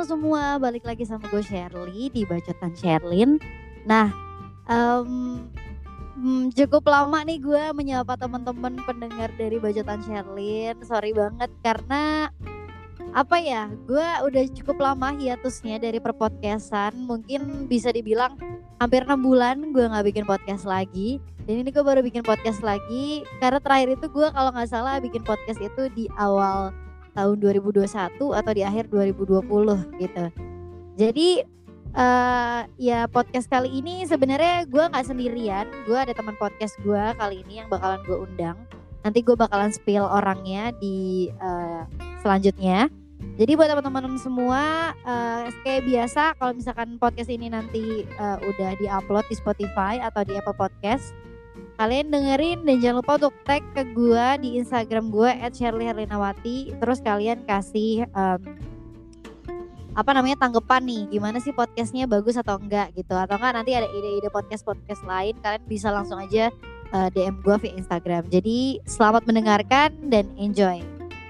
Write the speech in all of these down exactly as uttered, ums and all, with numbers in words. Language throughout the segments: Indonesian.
semua, balik lagi sama gue Shirley di Bacotan Sherlyn. Nah, um, hmm, cukup lama nih gue menyapa teman-teman pendengar dari Bacotan Sherlyn. Sorry banget karena apa ya, gue udah cukup lama hiatusnya dari perpodcastan. Mungkin bisa dibilang hampir enam bulan gue gak bikin podcast lagi. Dan ini gue baru bikin podcast lagi karena terakhir itu gue kalau gak salah bikin podcast itu di awal tahun dua ribu dua puluh satu atau di akhir dua ribu dua puluh gitu. Jadi uh, ya podcast kali ini sebenarnya gue gak sendirian. Gue ada teman podcast gue kali ini yang bakalan gue undang. Nanti gue bakalan spill orangnya di uh, selanjutnya. Jadi buat teman-teman semua uh, kayak biasa kalau misalkan podcast ini nanti uh, udah di-upload di Spotify atau di Apple Podcast, kalian dengerin dan jangan lupa untuk tag ke gue di Instagram gue et shirley herlinawati. Terus kalian kasih um, apa namanya tanggapan nih, gimana sih podcastnya, bagus atau enggak gitu. Atau enggak nanti ada ide-ide podcast-podcast lain, kalian bisa langsung aja uh, D M gue via Instagram. Jadi selamat mendengarkan dan enjoy.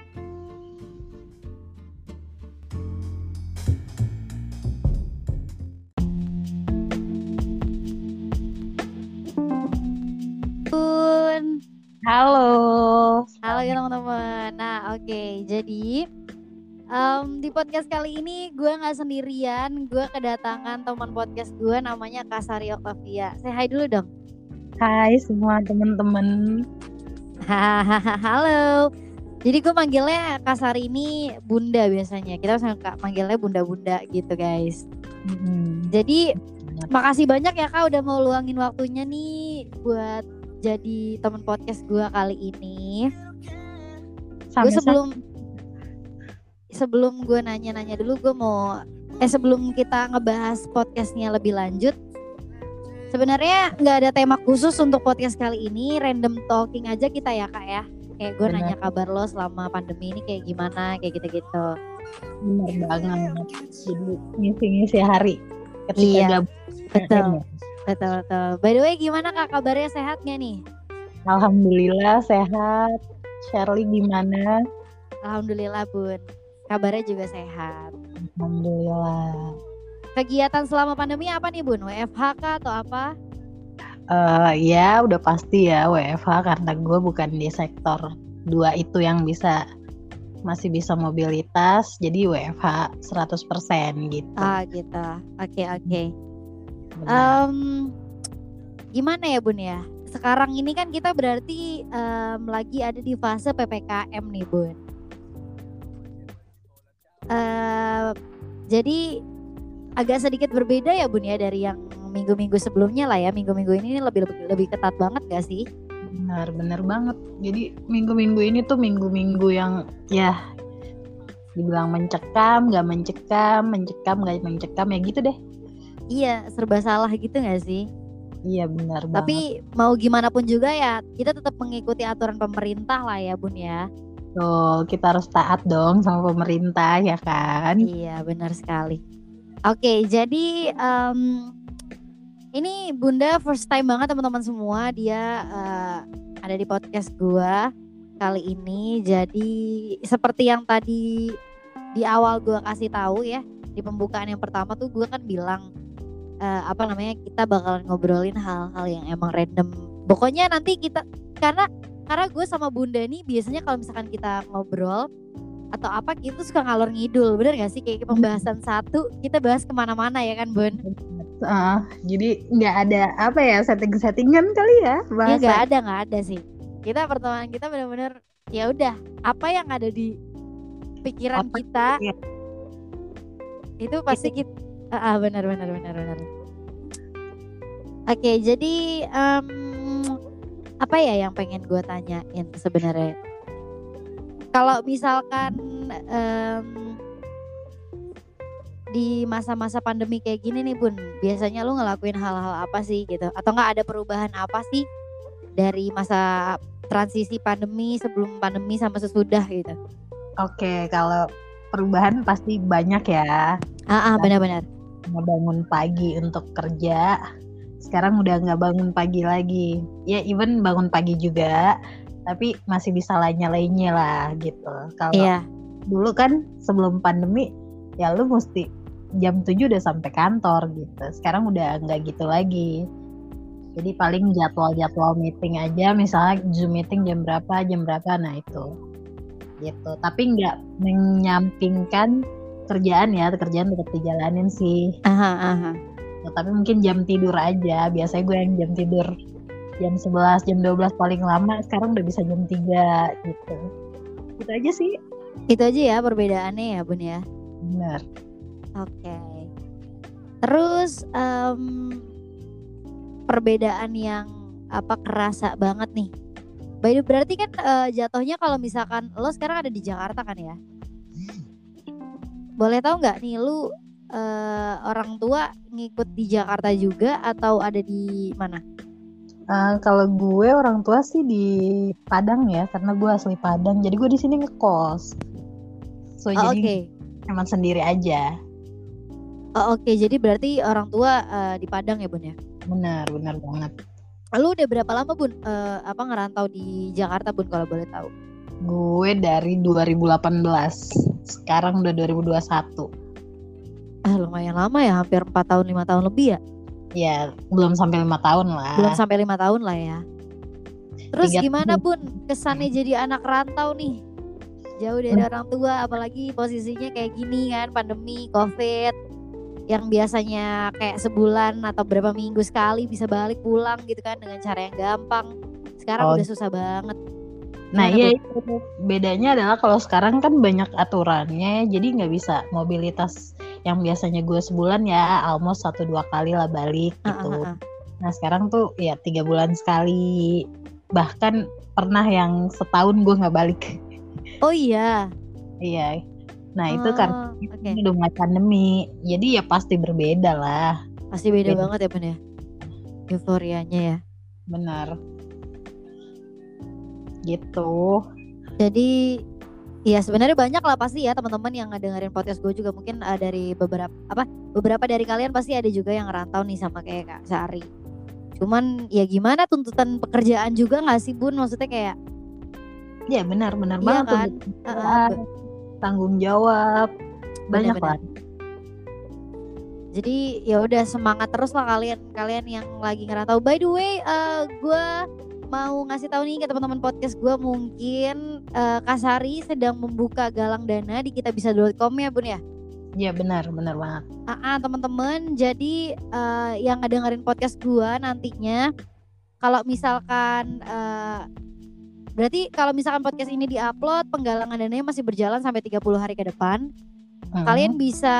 Halo. Halo ya teman-teman. Nah oke okay. Jadi um, di podcast kali ini gue gak sendirian. Gue kedatangan teman podcast gue namanya Kak Sari Octavia. Say hi dulu dong. Hai semua teman-teman. Halo. Jadi gue manggilnya Kak Sari ini bunda biasanya. Kita suka manggilnya bunda-bunda gitu guys. hmm. Jadi makasih banyak ya Kak udah mau luangin waktunya nih buat jadi teman podcast gue kali ini. Gue sebelum sebelum gue nanya-nanya dulu, gue mau eh sebelum kita ngebahas podcastnya lebih lanjut, sebenarnya nggak ada tema khusus untuk podcast kali ini, random talking aja kita ya Kak ya. Kayak gue nanya kabar lo selama pandemi ini kayak gimana, kayak gitu-gitu. Bener banget. Jadi ngisi-ngisi hari ketika iya, gabung. Betul. Betul, betul. By the way, gimana Kak kabarnya, sehat gak nih? Alhamdulillah sehat. Shirley gimana? Alhamdulillah Bun, kabarnya juga sehat. Alhamdulillah. Kegiatan selama pandemi apa nih Bun? W F H kah atau apa? Uh, ya udah pasti ya W F H karena gue bukan di sektor dua itu yang bisa masih bisa mobilitas. Jadi W F H seratus persen gitu. Ah gitu. Oke okay, oke. Okay. Um, gimana ya Bun ya? Sekarang ini kan kita berarti um, lagi ada di fase P P K M nih Bun. Uh, jadi agak sedikit berbeda ya Bun ya dari yang minggu-minggu sebelumnya lah ya. Minggu-minggu ini lebih lebih, lebih ketat banget gak sih? Benar, benar banget. Jadi minggu-minggu ini tuh minggu-minggu yang ya dibilang mencekam, gak mencekam, mencekam, gak mencekam ya gitu deh. Iya, serba salah gitu gak sih? Iya benar banget. Tapi mau gimana pun juga ya kita tetap mengikuti aturan pemerintah lah ya Bun ya. Tuh, kita harus taat dong sama pemerintah ya kan? Iya benar sekali. Oke, jadi um, ini Bunda first time banget teman-teman semua. Dia uh, ada di podcast gua kali ini. Jadi seperti yang tadi di awal gua kasih tahu ya, di pembukaan yang pertama tuh gua kan bilang Uh, apa namanya kita bakalan ngobrolin hal-hal yang emang random. Pokoknya nanti kita karena karena gue sama Bunda nih biasanya kalau misalkan kita ngobrol atau apa gitu suka ngalor ngidul, bener gak sih? Kayak pembahasan satu kita bahas kemana-mana ya kan Bun? Uh, jadi nggak ada apa ya setting-settingan kali ya bahasa? Ya nggak ada nggak ada sih. Kita pertemuan kita benar-benar ya udah apa yang ada di pikiran apa kita ya? Itu pasti itu. kita Ah, ah, benar benar benar benar. Oke, jadi um, apa ya yang pengen gue tanyain sebenarnya? Kalau misalkan um, di masa-masa pandemi kayak gini nih Bun, biasanya lu ngelakuin hal-hal apa sih gitu? Atau nggak ada perubahan apa sih dari masa transisi pandemi sebelum pandemi sama sesudah gitu? Oke, kalau perubahan pasti banyak ya. Ah, ah benar-benar. Ngebangun pagi untuk kerja, sekarang udah nggak bangun pagi lagi. Ya even bangun pagi juga, tapi masih bisa lainnya-lainnya lah gitu. Kalau iya. dulu kan sebelum pandemi ya lu mesti jam tujuh udah sampai kantor gitu. Sekarang udah nggak gitu lagi. Jadi paling jadwal-jadwal meeting aja, misalnya Zoom meeting jam berapa, jam berapa, nah itu. Gitu. Tapi nggak menyampingkan kerjaan ya, kerjaan tetap dijalanin sih. Aha, aha. Nah, tapi mungkin jam tidur aja. Biasanya gue yang jam tidur jam sebelas, jam dua belas paling lama, sekarang udah bisa jam tiga gitu. Itu aja sih. Itu aja ya perbedaannya ya Bun ya. Benar. Oke. Okay. Terus um, perbedaan yang apa kerasa banget nih. By the berarti kan uh, jatuhnya kalau misalkan lo sekarang ada di Jakarta kan ya? Boleh tahu nggak nih lu uh, orang tua ngikut di Jakarta juga atau ada di mana? Uh, kalau gue orang tua sih di Padang ya, karena gue asli Padang. Jadi gue di sini ngekos. So oh, jadi okay. emang sendiri aja. Oh, Oke, okay. Jadi berarti orang tua uh, di Padang ya Bun ya? Benar, benar banget. Lu udah berapa lama Bun uh, apa ngerantau di Jakarta Bun kalau boleh tahu? Gue dari dua ribu delapan belas, sekarang udah dua ribu dua puluh satu. Ah lumayan lama ya, hampir empat tahun lima tahun lebih ya? Ya belum sampai lima tahun lah. Belum sampai lima tahun lah ya. Terus Tiga gimana tahun. Bun kesannya jadi anak rantau nih? Jauh dari hmm. orang tua, apalagi posisinya kayak gini kan, pandemi, covid. Yang biasanya kayak sebulan atau berapa minggu sekali bisa balik pulang gitu kan dengan cara yang gampang. Sekarang oh. udah susah banget. Nah iya itu bedanya adalah kalau sekarang kan banyak aturannya, jadi nggak bisa mobilitas yang biasanya gue sebulan ya almost satu dua kali lah balik gitu. Uh, uh, uh. Nah sekarang tuh ya tiga bulan sekali, bahkan pernah yang setahun gue nggak balik. Oh iya. Iya. Nah itu oh, karena okay. ini udah mulai pandemi, jadi ya pasti berbeda lah. Pasti beda, beda. banget ya Bun ya, euforianya ya. Benar. Gitu. Jadi ya sebenarnya banyak lah pasti ya teman-teman yang ngedengerin podcast gue juga mungkin uh, dari beberapa apa beberapa dari kalian pasti ada juga yang ngerantau nih sama kayak Kak Sari. Cuman ya gimana tuntutan pekerjaan juga nggak sih Bun, maksudnya kayak? Ya benar benar iya banget kan? Uh, tanggung jawab banyak bener, lah. Jadi ya udah semangat terus lah kalian kalian yang lagi ngerantau. By the way, uh, gue mau ngasih tahu nih ke teman-teman podcast gue, mungkin uh, Kak Sari sedang membuka galang dana di kitabisa dot com ya Bun ya. Iya benar benar banget. Ah uh, uh, teman-teman, jadi uh, yang ngedengerin podcast gue nantinya, kalau misalkan uh, berarti kalau misalkan podcast ini diupload, penggalangan dananya masih berjalan sampai tiga puluh hari ke depan. Hmm. Kalian bisa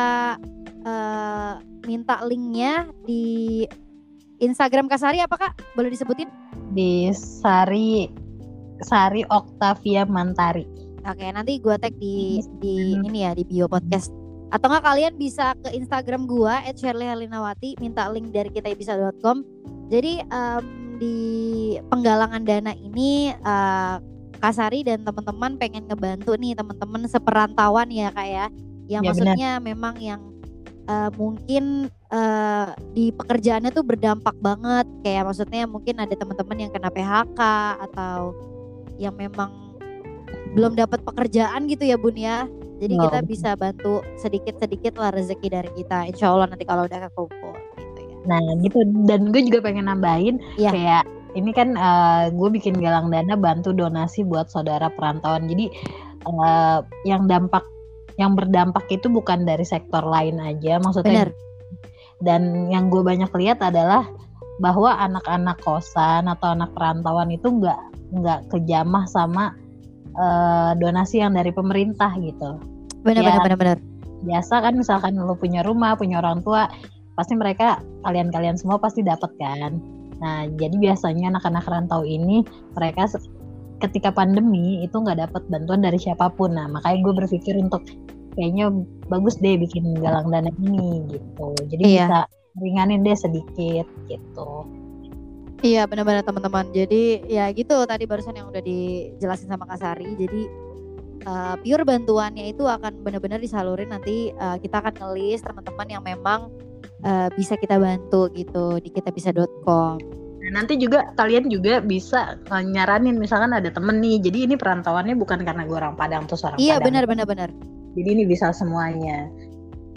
uh, minta linknya di Instagram Kak Sari apa Kak? Boleh disebutin? Di Sari Sari Octavia Mantari. Oke, nanti gue tag di di hmm. ini ya di bio podcast. Atau nggak kalian bisa ke Instagram gue et shirley helinawati, minta link dari kitabisa dot com. Jadi um, di penggalangan dana ini uh, Kak Sari dan teman-teman pengen ngebantu nih teman-teman seperantauan ya Kak ya. Yang ya, maksudnya benar. Memang yang uh, mungkin uh, di pekerjaannya tuh berdampak banget. Kayak maksudnya mungkin ada teman-teman yang kena P H K atau yang memang belum dapat pekerjaan gitu ya Bun ya. Jadi oh. kita bisa bantu sedikit-sedikit lah rezeki dari kita. Insya Allah nanti kalau udah kekumpul. Nah gitu, dan gue juga pengen nambahin yeah. kayak ini kan uh, gue bikin galang dana bantu donasi buat saudara perantauan. Jadi uh, yang dampak yang berdampak itu bukan dari sektor lain aja, maksudnya. Bener. Dan yang gue banyak lihat adalah bahwa anak-anak kosan atau anak perantauan itu nggak nggak kejamah sama uh, donasi yang dari pemerintah gitu. Benar-benar ya, benar-benar. Biasa kan misalkan lo punya rumah, punya orang tua, pasti mereka kalian-kalian semua pasti dapat kan. Nah jadi biasanya anak-anak rantau ini mereka ketika pandemi itu nggak dapat bantuan dari siapapun. Nah makanya gue berpikir untuk kayaknya bagus deh bikin galang dana ini gitu. Jadi iya. bisa ringanin deh sedikit gitu. Iya benar-benar teman-teman. Jadi ya gitu tadi barusan yang udah dijelasin sama Kak Sari. Jadi uh, pure bantuannya itu akan benar-benar disalurin nanti uh, kita akan ngelis teman-teman yang memang Uh, bisa kita bantu gitu di kitabisa dot com. Nah, nanti juga kalian juga bisa uh, nyaranin misalkan ada temen nih, jadi ini perantauannya bukan karena gue orang Padang terus orang iya, Padang. Iya benar benar benar. Jadi ini bisa semuanya.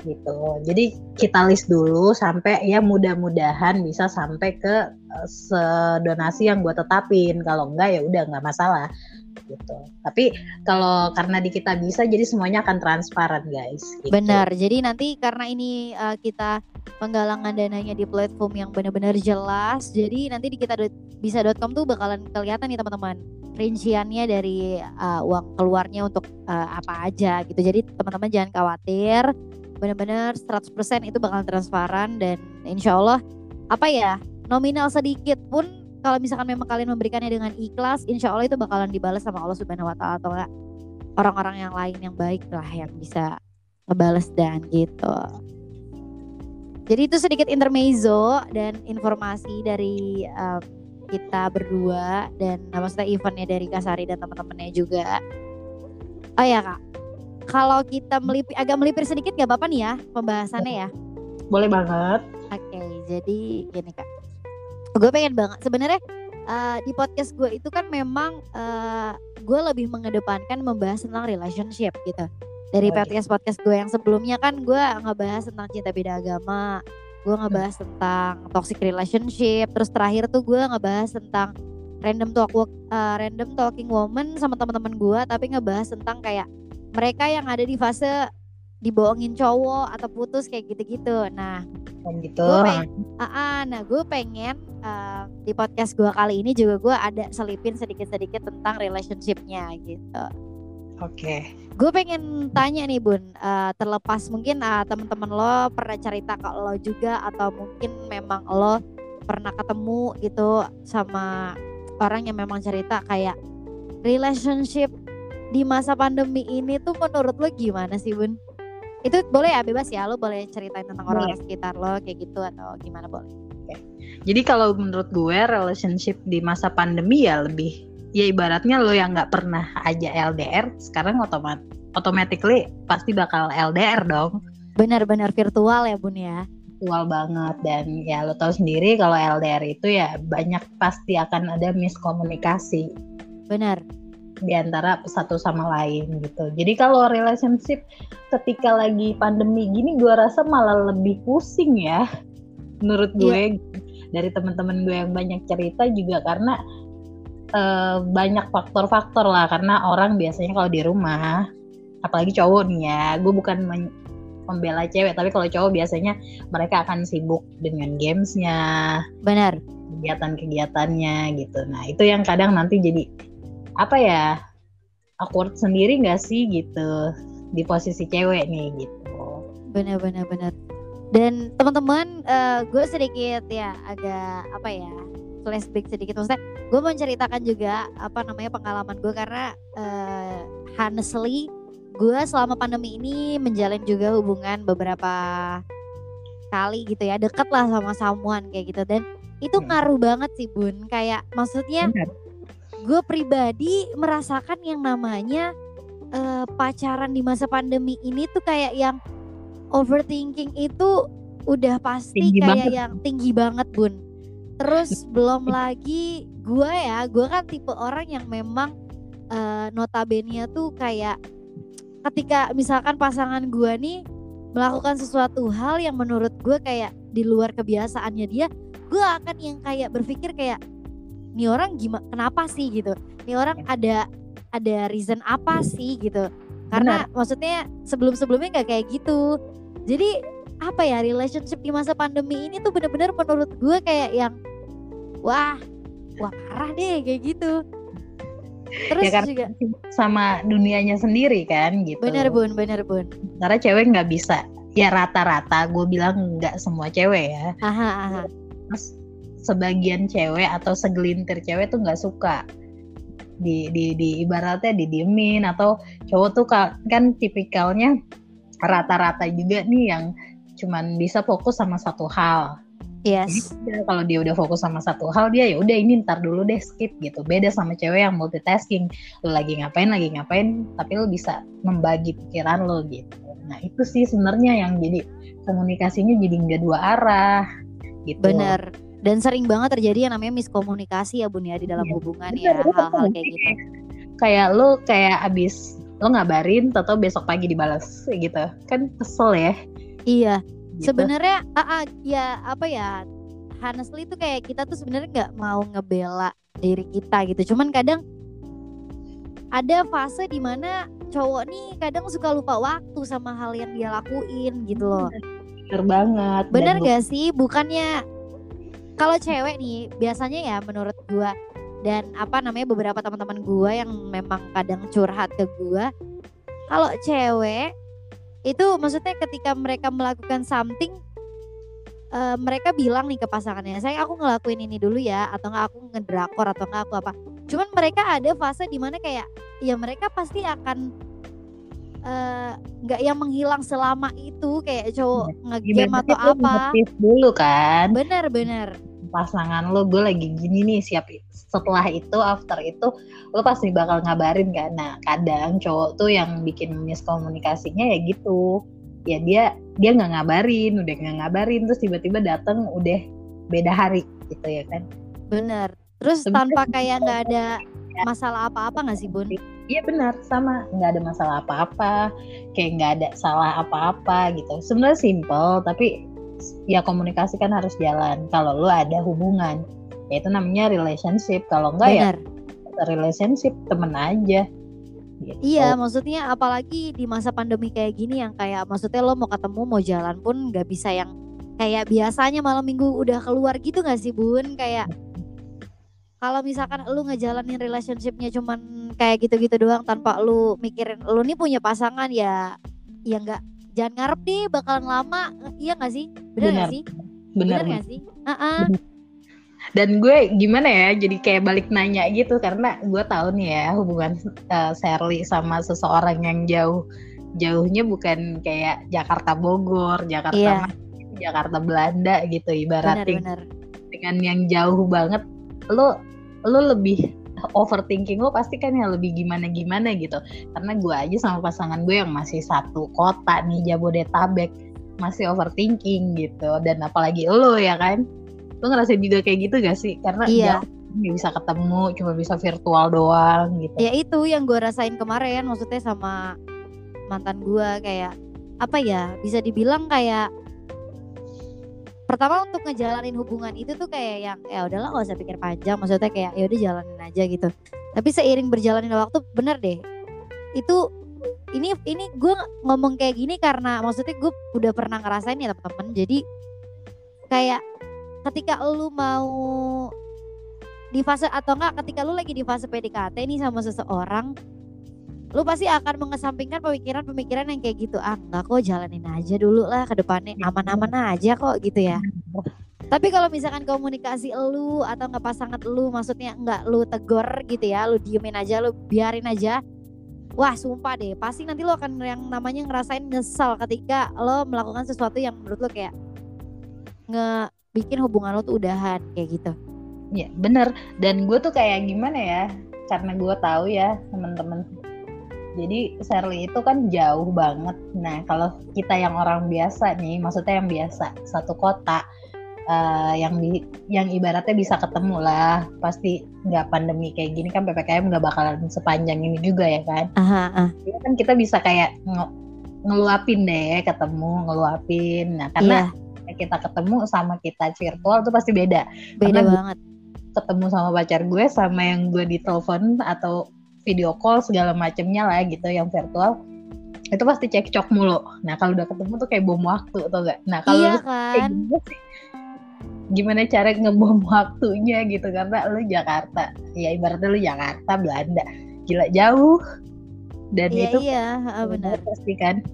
gitu. Jadi kita list dulu sampai ya mudah-mudahan bisa sampai ke uh, sedonasi yang gue tetapin. Kalau enggak ya udah nggak masalah gitu. Tapi kalau karena di kita bisa, jadi semuanya akan transparan guys. Gitu. Benar. Jadi nanti karena ini uh, kita penggalangan dananya di platform yang benar-benar jelas, jadi nanti di kita bisa dot com tuh bakalan kelihatan nih teman-teman rinciannya dari uh, uang keluarnya untuk uh, apa aja gitu. Jadi teman-teman jangan khawatir, benar-benar seratus persen itu bakalan transparan dan insya Allah apa ya nominal sedikit pun kalau misalkan memang kalian memberikannya dengan ikhlas, insya Allah itu bakalan dibalas sama Allah Subhanahu Wa Taala atau enggak orang-orang yang lain yang baik lah yang bisa ngebales dan gitu. Jadi itu sedikit intermezzo dan informasi dari um, kita berdua dan maksudnya eventnya dari Kasari dan teman-temannya juga. Oh ya kak, kalau kita melipir, agak melipir sedikit gak apa-apa nih ya pembahasannya ya? Boleh banget. Oke, jadi gini kak, gue pengen banget sebenarnya uh, di podcast gue itu kan memang uh, gue lebih mengedepankan membahas tentang relationship gitu. Dari oh, podcast-podcast gue yang sebelumnya kan gue ngebahas tentang cinta beda agama, gue ngebahas hmm. tentang toxic relationship, terus terakhir tuh gue ngebahas tentang random talk uh, random talking woman sama teman-teman gue, tapi ngebahas tentang kayak mereka yang ada di fase dibohongin cowok atau putus kayak gitu-gitu. Nah, gitu. Gue pengen, uh, uh, nah gue pengen uh, di podcast gue kali ini juga gue ada selipin sedikit-sedikit tentang relationshipnya gitu. Oke. Okay. Gue pengen tanya nih Bun, uh, terlepas mungkin uh, teman-teman lo pernah cerita ke lo juga atau mungkin memang lo pernah ketemu gitu sama orang yang memang cerita kayak relationship di masa pandemi ini tuh menurut lo gimana sih Bun? Itu boleh ya, bebas ya, lo boleh ceritain tentang orang-orang sekitar lo kayak gitu atau gimana boleh. Okay. Jadi kalau menurut gue relationship di masa pandemi ya lebih ya ibaratnya lo yang nggak pernah aja L D R sekarang otomat automatically pasti bakal L D R dong. Benar-benar virtual ya Bun ya. Virtual banget dan ya lo tahu sendiri kalau L D R itu ya banyak pasti akan ada miskomunikasi. Benar. Di antara satu sama lain gitu. Jadi kalau relationship ketika lagi pandemi gini gue rasa malah lebih pusing ya. Menurut gue yeah. Dari teman-teman gue yang banyak cerita juga karena Uh, banyak faktor-faktor lah karena orang biasanya kalau di rumah apalagi cowok nih ya, gue bukan men- membela cewek tapi kalau cowok biasanya mereka akan sibuk dengan gamesnya, benar, kegiatan-kegiatannya gitu. Nah itu yang kadang nanti jadi apa ya awkward sendiri nggak sih gitu di posisi cewek nih gitu. Benar-benar benar. Dan teman-teman uh, gue sedikit ya agak apa ya flashback sedikit, maksudnya gue mau ceritakan juga apa namanya pengalaman gue karena uh, honestly gue selama pandemi ini menjalin juga hubungan beberapa kali gitu ya, deket lah sama someone kayak gitu dan itu ngaruh banget sih Bun, kayak maksudnya gue pribadi merasakan yang namanya uh, pacaran di masa pandemi ini tuh kayak yang overthinking itu udah pasti tinggi kayak banget. Yang tinggi banget Bun. Terus belum lagi gue ya, gue kan tipe orang yang memang uh, notabene tuh kayak ketika misalkan pasangan gue nih melakukan sesuatu hal yang menurut gue kayak di luar kebiasaannya dia, gue akan yang kayak berpikir kayak nih orang gimana, kenapa sih gitu, nih orang ada ada reason apa sih gitu, karena benar. Maksudnya sebelum-sebelumnya nggak kayak gitu. Jadi apa ya, relationship di masa pandemi ini tuh benar-benar menurut gue kayak yang wah, wah parah deh kayak gitu. Terus ya, juga sama dunianya sendiri kan gitu. Bener Bun, bener Bun. Karena cewek nggak bisa, ya rata-rata gue bilang nggak semua cewek ya. Aha, aha. Terus sebagian cewek atau segelintir cewek tuh nggak suka di di di ibaratnya didiemin, atau cowok tuh kan tipikalnya rata-rata juga nih yang cuman bisa fokus sama satu hal. Yes. Jadi kalau dia udah fokus sama satu hal, dia ya udah ini ntar dulu deh, skip gitu. Beda sama cewek yang multitasking, lo lagi ngapain lagi ngapain, tapi lo bisa membagi pikiran lo gitu. Nah itu sih sebenarnya yang jadi komunikasinya jadi nggak dua arah gitu. Bener. Dan sering banget terjadi yang namanya miskomunikasi ya Bun ya di dalam ya, hubungan ya, hal-hal kayak gitu. Kayak lo kayak abis lo ngabarin atau besok pagi dibalas gitu, kan kesel ya. Iya. gitu. Sebenarnya ah, ah, ya apa ya? Honestly tuh kayak kita tuh sebenarnya nggak mau ngebela diri kita gitu. Cuman kadang ada fase dimana cowok nih kadang suka lupa waktu sama hal yang dia lakuin gitu loh. Bener banget. Bener Dan gak sih? Bukannya kalau cewek nih biasanya ya menurut gua dan apa namanya beberapa teman-teman gua yang memang kadang curhat ke gua, kalau cewek itu maksudnya ketika mereka melakukan something eh, mereka bilang nih ke pasangannya, saya aku ngelakuin ini dulu ya, atau enggak aku ngedrakor atau enggak aku apa. Cuman mereka ada fase dimana kayak ya mereka pasti akan eh, nggak yang menghilang selama itu kayak cowok ngegame atau ibaratnya lu apa. notice dulu kan Bener-bener. pasangan lo, gue lagi gini nih, siap. Setelah itu, after itu lo pasti bakal ngabarin kan. Nah kadang cowok tuh yang bikin miskomunikasinya ya gitu, ya dia dia nggak ngabarin, udah nggak ngabarin, terus tiba-tiba datang udah beda hari gitu ya kan. Bener. Terus Sebenarnya tanpa kayak nggak ada masalah apa-apa nggak sih Bun? Iya benar, sama, nggak ada masalah apa-apa, kayak nggak ada salah apa-apa gitu. Sebenarnya simple, tapi ya komunikasi kan harus jalan. Kalau lu ada hubungan, ya itu namanya relationship. Kalau enggak Bener. ya relationship temen aja. Gitu. Iya, maksudnya apalagi di masa pandemi kayak gini yang kayak maksudnya lo mau ketemu mau jalan pun nggak bisa yang kayak biasanya malam minggu udah keluar gitu nggak sih Bun? Kayak kalau misalkan lu ngejalanin relationshipnya cuman kayak gitu-gitu doang tanpa lu mikirin lu nih punya pasangan ya, ya nggak, jangan ngarep nih bakalan lama, iya nggak sih? Bener nggak sih? Bener, Bener nggak sih? Uh-uh. Dan gue gimana ya, jadi kayak balik nanya gitu karena gue tahu nih ya hubungan uh, Sherly sama seseorang yang jauh, jauhnya bukan kayak Jakarta Bogor, Jakarta Iya. Jakarta Belanda gitu ibaratnya. Bener-bener. Dengan yang jauh banget, lo lo lebih overthinking, lo pasti kan yang lebih gimana-gimana gitu. Karena gue aja sama pasangan gue yang masih satu kota nih, Jabodetabek, masih overthinking gitu. Dan apalagi lo ya kan, lo ngerasain juga kayak gitu gak sih? Karena iya. jauh gak bisa ketemu, cuma bisa virtual doang gitu. Ya itu yang gue rasain kemarin, maksudnya sama mantan gue kayak apa ya, bisa dibilang kayak pertama untuk ngejalanin hubungan itu tuh kayak yang ya udahlah gak usah pikir panjang, maksudnya kayak ya udah jalanin aja gitu. Tapi seiring berjalannya waktu, bener deh itu ini ini gue ngomong kayak gini karena maksudnya gue udah pernah ngerasain ya teman-teman. Jadi kayak ketika lu mau di fase atau enggak ketika lu lagi di fase P D K T nih sama seseorang, lu pasti akan mengesampingkan pemikiran-pemikiran yang kayak gitu. Ah enggak kok, jalanin aja dulu lah ke depannya, aman-aman aja kok gitu ya. Tapi kalau misalkan komunikasi lu atau enggak pasangan lu, maksudnya enggak lu tegor gitu ya, lu diemin aja, lu biarin aja. Wah sumpah deh, pasti nanti lu akan yang namanya ngerasain nyesal ketika lo melakukan sesuatu yang menurut lo kayak ngebikin hubungan lo tuh udahan kayak gitu. Ya bener, dan gue tuh kayak gimana ya, karena gue tahu ya teman-teman, jadi Sherly itu kan jauh banget. Nah kalau kita yang orang biasa nih, maksudnya yang biasa satu kota, uh, yang di, yang ibaratnya bisa ketemu lah, pasti nggak pandemi kayak gini kan, P P K M nggak bakalan sepanjang ini juga ya kan. Aha, ah. Jadi kan kita bisa kayak nge- ngeluapin deh, ketemu ngeluapin. Nah karena yeah. kita ketemu sama kita virtual tuh pasti beda. Beda karena banget. Ketemu sama pacar gue sama yang gue di telepon atau video call segala macemnya lah gitu yang virtual, itu pasti cekcok mulu. Nah kalau udah ketemu tuh kayak bom waktu atau enggak. Nah kalau iya lu kan? kayak gimana sih? Gimana cara ngebom waktunya gitu, karena lu Jakarta, ya ibaratnya lu Jakarta Belanda, gila jauh. Dan iya, itu iya, benar. Pasti kan?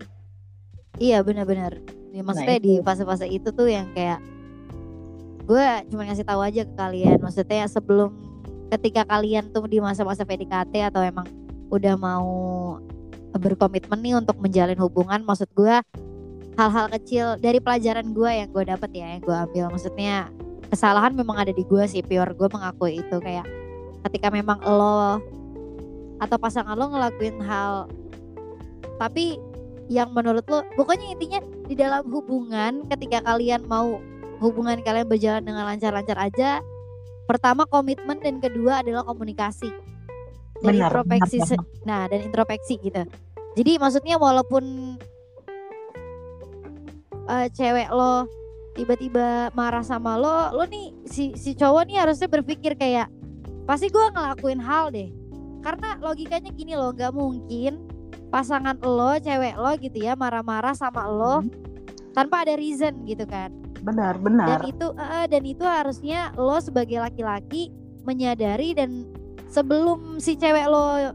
Iya benar-benar. Ya, maksudnya nah, di fase-fase itu tuh yang kayak gue cuma ngasih tahu aja ke kalian, maksudnya sebelum ketika kalian tuh di masa-masa P D K T atau emang udah mau berkomitmen nih untuk menjalin hubungan, maksud gue hal-hal kecil dari pelajaran gue yang gue dapet ya, yang gue ambil, maksudnya kesalahan memang ada di gue sih, pure gue mengakui itu. Kayak ketika memang lo atau pasangan lo ngelakuin hal tapi yang menurut lo, pokoknya intinya di dalam hubungan ketika kalian mau hubungan kalian berjalan dengan lancar-lancar aja, pertama komitmen dan kedua adalah komunikasi dan benar, introspeksi benar, benar. Nah dan introspeksi gitu. Jadi maksudnya walaupun uh, cewek lo tiba-tiba marah sama lo, lo nih si si cowok nih harusnya berpikir kayak pasti gue ngelakuin hal deh. Karena logikanya gini loh, nggak mungkin pasangan lo, cewek lo gitu ya marah-marah sama lo hmm. tanpa ada reason gitu kan. Benar, benar. Dan itu uh, dan itu harusnya lo sebagai laki-laki menyadari, dan sebelum si cewek lo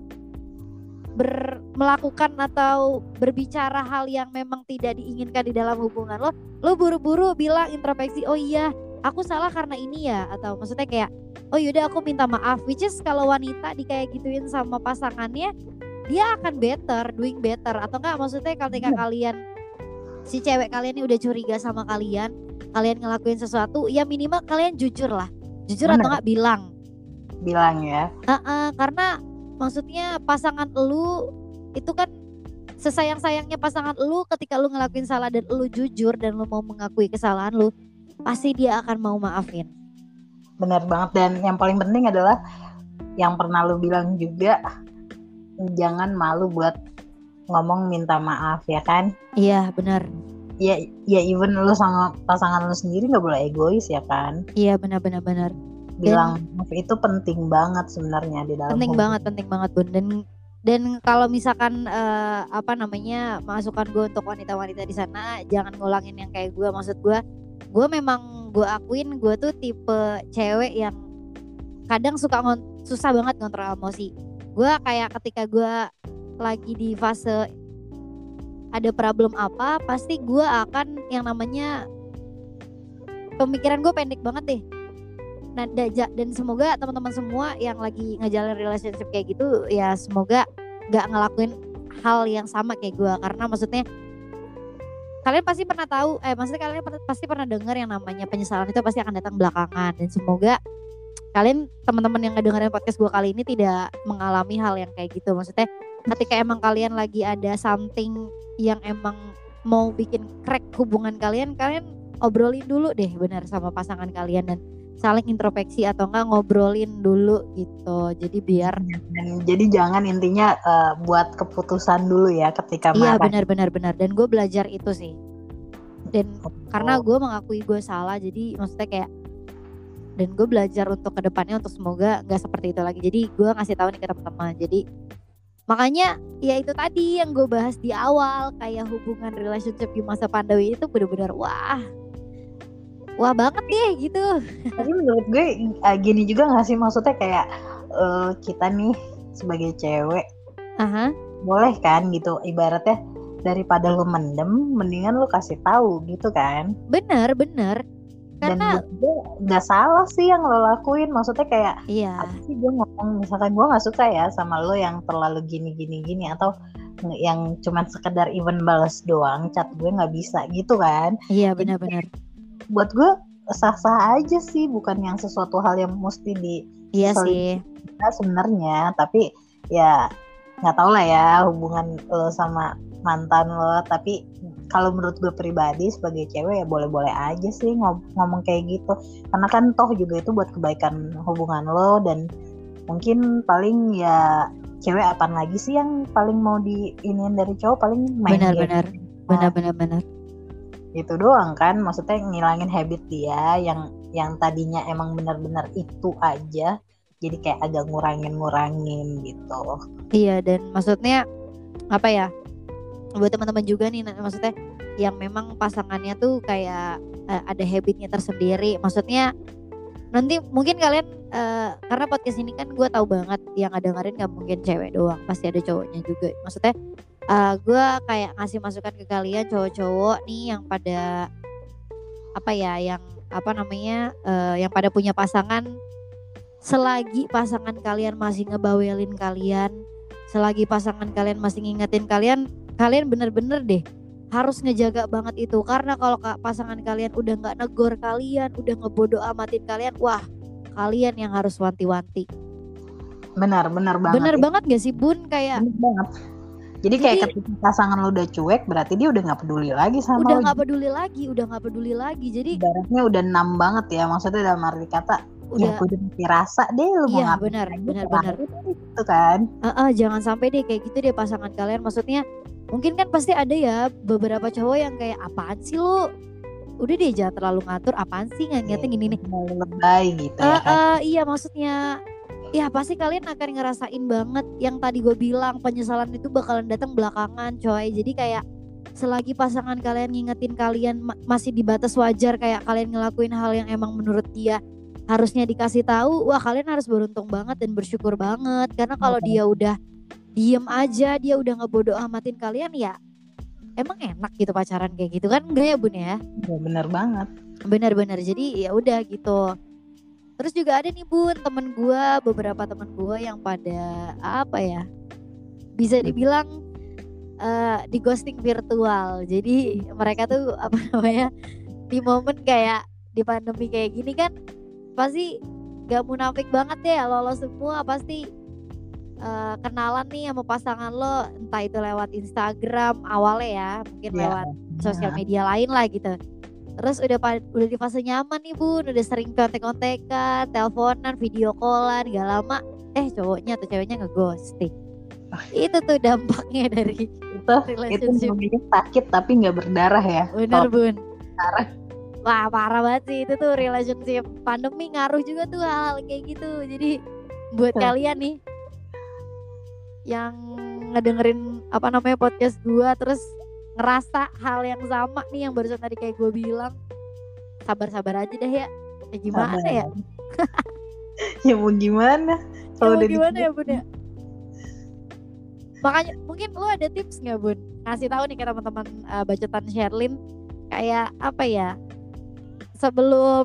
ber, melakukan atau berbicara hal yang memang tidak diinginkan di dalam hubungan lo, lo buru-buru bilang introspeksi, oh iya aku salah karena ini ya, atau maksudnya kayak oh yaudah aku minta maaf, which is kalau wanita di kayak gituin sama pasangannya dia akan better, doing better, atau enggak maksudnya ketika hmm. kalian si cewek kalian ini udah curiga sama kalian, kalian ngelakuin sesuatu, ya minimal kalian jujur lah, jujur Bener. Atau enggak bilang bilang ya uh-uh, karena maksudnya pasangan lu itu kan sesayang-sayangnya pasangan lu, ketika lu ngelakuin salah dan lu jujur dan lu mau mengakui kesalahan lu, pasti dia akan mau maafin. Benar banget, dan yang paling penting adalah yang pernah lu bilang juga, jangan malu buat ngomong minta maaf ya kan? Iya benar. Ya ya even lu sama pasangan lu sendiri nggak boleh egois ya kan? Iya benar-benar benar. Bilang maaf itu penting banget sebenarnya di dalam penting hubungan. banget penting banget Bun. Dan dan kalau misalkan uh, apa namanya masukan gue untuk wanita-wanita di sana, jangan ngulangin yang kayak gue. Maksud gue gue memang gue akuin gue tuh tipe cewek yang kadang suka ngon- susah banget ngontrol emosi. Gue kayak ketika gue lagi di fase ada problem apa, pasti gue akan yang namanya pemikiran gue pendek banget deh. Nah, dan semoga teman-teman semua yang lagi ngejalan relationship kayak gitu ya semoga gak ngelakuin hal yang sama kayak gue. Karena maksudnya kalian pasti pernah tahu, eh maksudnya kalian pasti pernah dengar yang namanya penyesalan itu pasti akan datang belakangan. Dan semoga kalian teman-teman yang ngedengerin podcast gue kali ini tidak mengalami hal yang kayak gitu. Maksudnya ketika emang kalian lagi ada something yang emang mau bikin crack hubungan kalian, kalian obrolin dulu deh benar sama pasangan kalian dan saling introspeksi atau enggak ngobrolin dulu gitu. Jadi biar jadi jangan intinya uh, buat keputusan dulu ya ketika marah. Iya benar-benar benar, dan gue belajar itu sih. Dan oh. karena gue mengakui gue salah, jadi maksudnya kayak dan gue belajar untuk kedepannya untuk semoga nggak seperti itu lagi. Jadi gue ngasih tahu nih ke teman-teman. Jadi makanya ya itu tadi yang gue bahas di awal, kayak hubungan relationship di masa pandemi itu benar-benar wah wah banget deh gitu. Tapi menurut gue uh, gini juga gak sih, maksudnya kayak uh, kita nih sebagai cewek uh-huh. boleh kan gitu, ibaratnya daripada lu mendem mendingan lu kasih tahu gitu kan. Bener bener. Karena dan gue gak salah sih yang lo lakuin, maksudnya kayak iya. apa sih gue ngomong misalkan gue gak suka ya sama lo yang terlalu gini gini gini, atau yang cuman sekedar even balas doang chat gue gak bisa gitu kan. Iya benar-benar. Buat gue sah-sah aja sih, bukan yang sesuatu hal yang mesti di iya sih sebenarnya. Tapi ya nggak tahu lah ya hubungan lo sama mantan lo. Tapi kalau menurut gue pribadi sebagai cewek ya boleh-boleh aja sih ngom- ngomong kayak gitu, karena kan toh juga itu buat kebaikan hubungan lo. Dan mungkin paling ya cewek apaan lagi sih yang paling mau diinin dari cowok, paling main benar-benar benar-benar benar itu doang kan, maksudnya ngilangin habit dia yang yang tadinya emang benar-benar itu aja, jadi kayak agak ngurangin-ngurangin gitu. Iya, dan maksudnya apa ya, buat teman-teman juga nih, maksudnya yang memang pasangannya tuh kayak uh, ada habitnya tersendiri. Maksudnya nanti mungkin kalian uh, karena podcast ini kan gue tahu banget yang ada dengerin gak mungkin cewek doang, pasti ada cowoknya juga. Maksudnya Uh, gue kayak ngasih masukan ke kalian cowok-cowok nih yang pada apa ya, yang apa namanya uh, yang pada punya pasangan. Selagi pasangan kalian masih ngebawelin kalian, selagi pasangan kalian masih ngingetin kalian, kalian bener-bener deh harus ngejaga banget itu. Karena kalau pasangan kalian udah nggak negor kalian, udah ngebodo amatin kalian, wah kalian yang harus wanti-wanti. Benar, benar banget. Benar ya. banget gak sih Bun? Kayak benar banget. Jadi kayak Jadi, ketika pasangan lo udah cuek, berarti dia udah nggak peduli lagi sama udah lo. Udah nggak peduli lagi, udah nggak peduli lagi. Jadi ibaratnya udah enam banget ya, maksudnya dalam arti kata ya udah udah mati rasa deh lu mau iya ngapain benar lagi benar benar terakhir gitu kan. uh, uh, jangan sampai deh kayak gitu deh pasangan kalian. Maksudnya mungkin kan pasti ada ya beberapa cowok yang kayak apaan sih lu, udah deh jangan terlalu ngatur, apaan sih nggak ngerti gini nih. Mau lebay gitu Uh, ya kan. uh, iya maksudnya ya pasti kalian akan ngerasain banget yang tadi gue bilang, penyesalan itu bakalan datang belakangan coy. Jadi kayak selagi pasangan kalian ngingetin kalian ma- masih di batas wajar, kayak kalian ngelakuin hal yang emang menurut dia harusnya dikasih tahu, wah kalian harus beruntung banget dan bersyukur banget. Karena kalau dia udah diem aja, dia udah ngebodo amatin kalian, ya emang enak gitu pacaran kayak gitu kan, enggak ya bun ya? Ya bener banget. Benar-benar, jadi ya udah gitu. Terus juga ada nih bun, temen gue, beberapa temen gue yang pada apa ya, bisa dibilang uh, di ghosting virtual. Jadi mereka tuh apa namanya, di momen kayak di pandemi kayak gini kan pasti gak munafik banget ya, lo lo semua pasti uh, kenalan nih sama pasangan lo, entah itu lewat Instagram awalnya ya, mungkin Ya. lewat sosial media lain lah gitu. Terus udah udah di fase nyaman nih bun, udah sering kontek-kontekan, teleponan, video callan, gak lama eh cowoknya atau ceweknya ngeghosting. Itu tuh dampaknya dari itu relationship. Itu namanya sakit tapi nggak berdarah ya. Bener Kalo bun. berdarah. Wah parah banget sih itu tuh relationship. Pandemi ngaruh juga tuh hal kayak gitu. Jadi buat Hmm. kalian nih yang ngedengerin apa namanya podcast gua, terus ngerasa hal yang sama nih yang barusan tadi kayak gue bilang, sabar-sabar aja deh ya. Ya gimana Sabar. ya? Ya mau gimana? Ya Kalau mau udah gimana di- ya bun ya? Makanya mungkin lu ada tips nggak bun? Ngasih tahu nih ke teman-teman uh, bacotan Sherlyn, kayak apa ya? Sebelum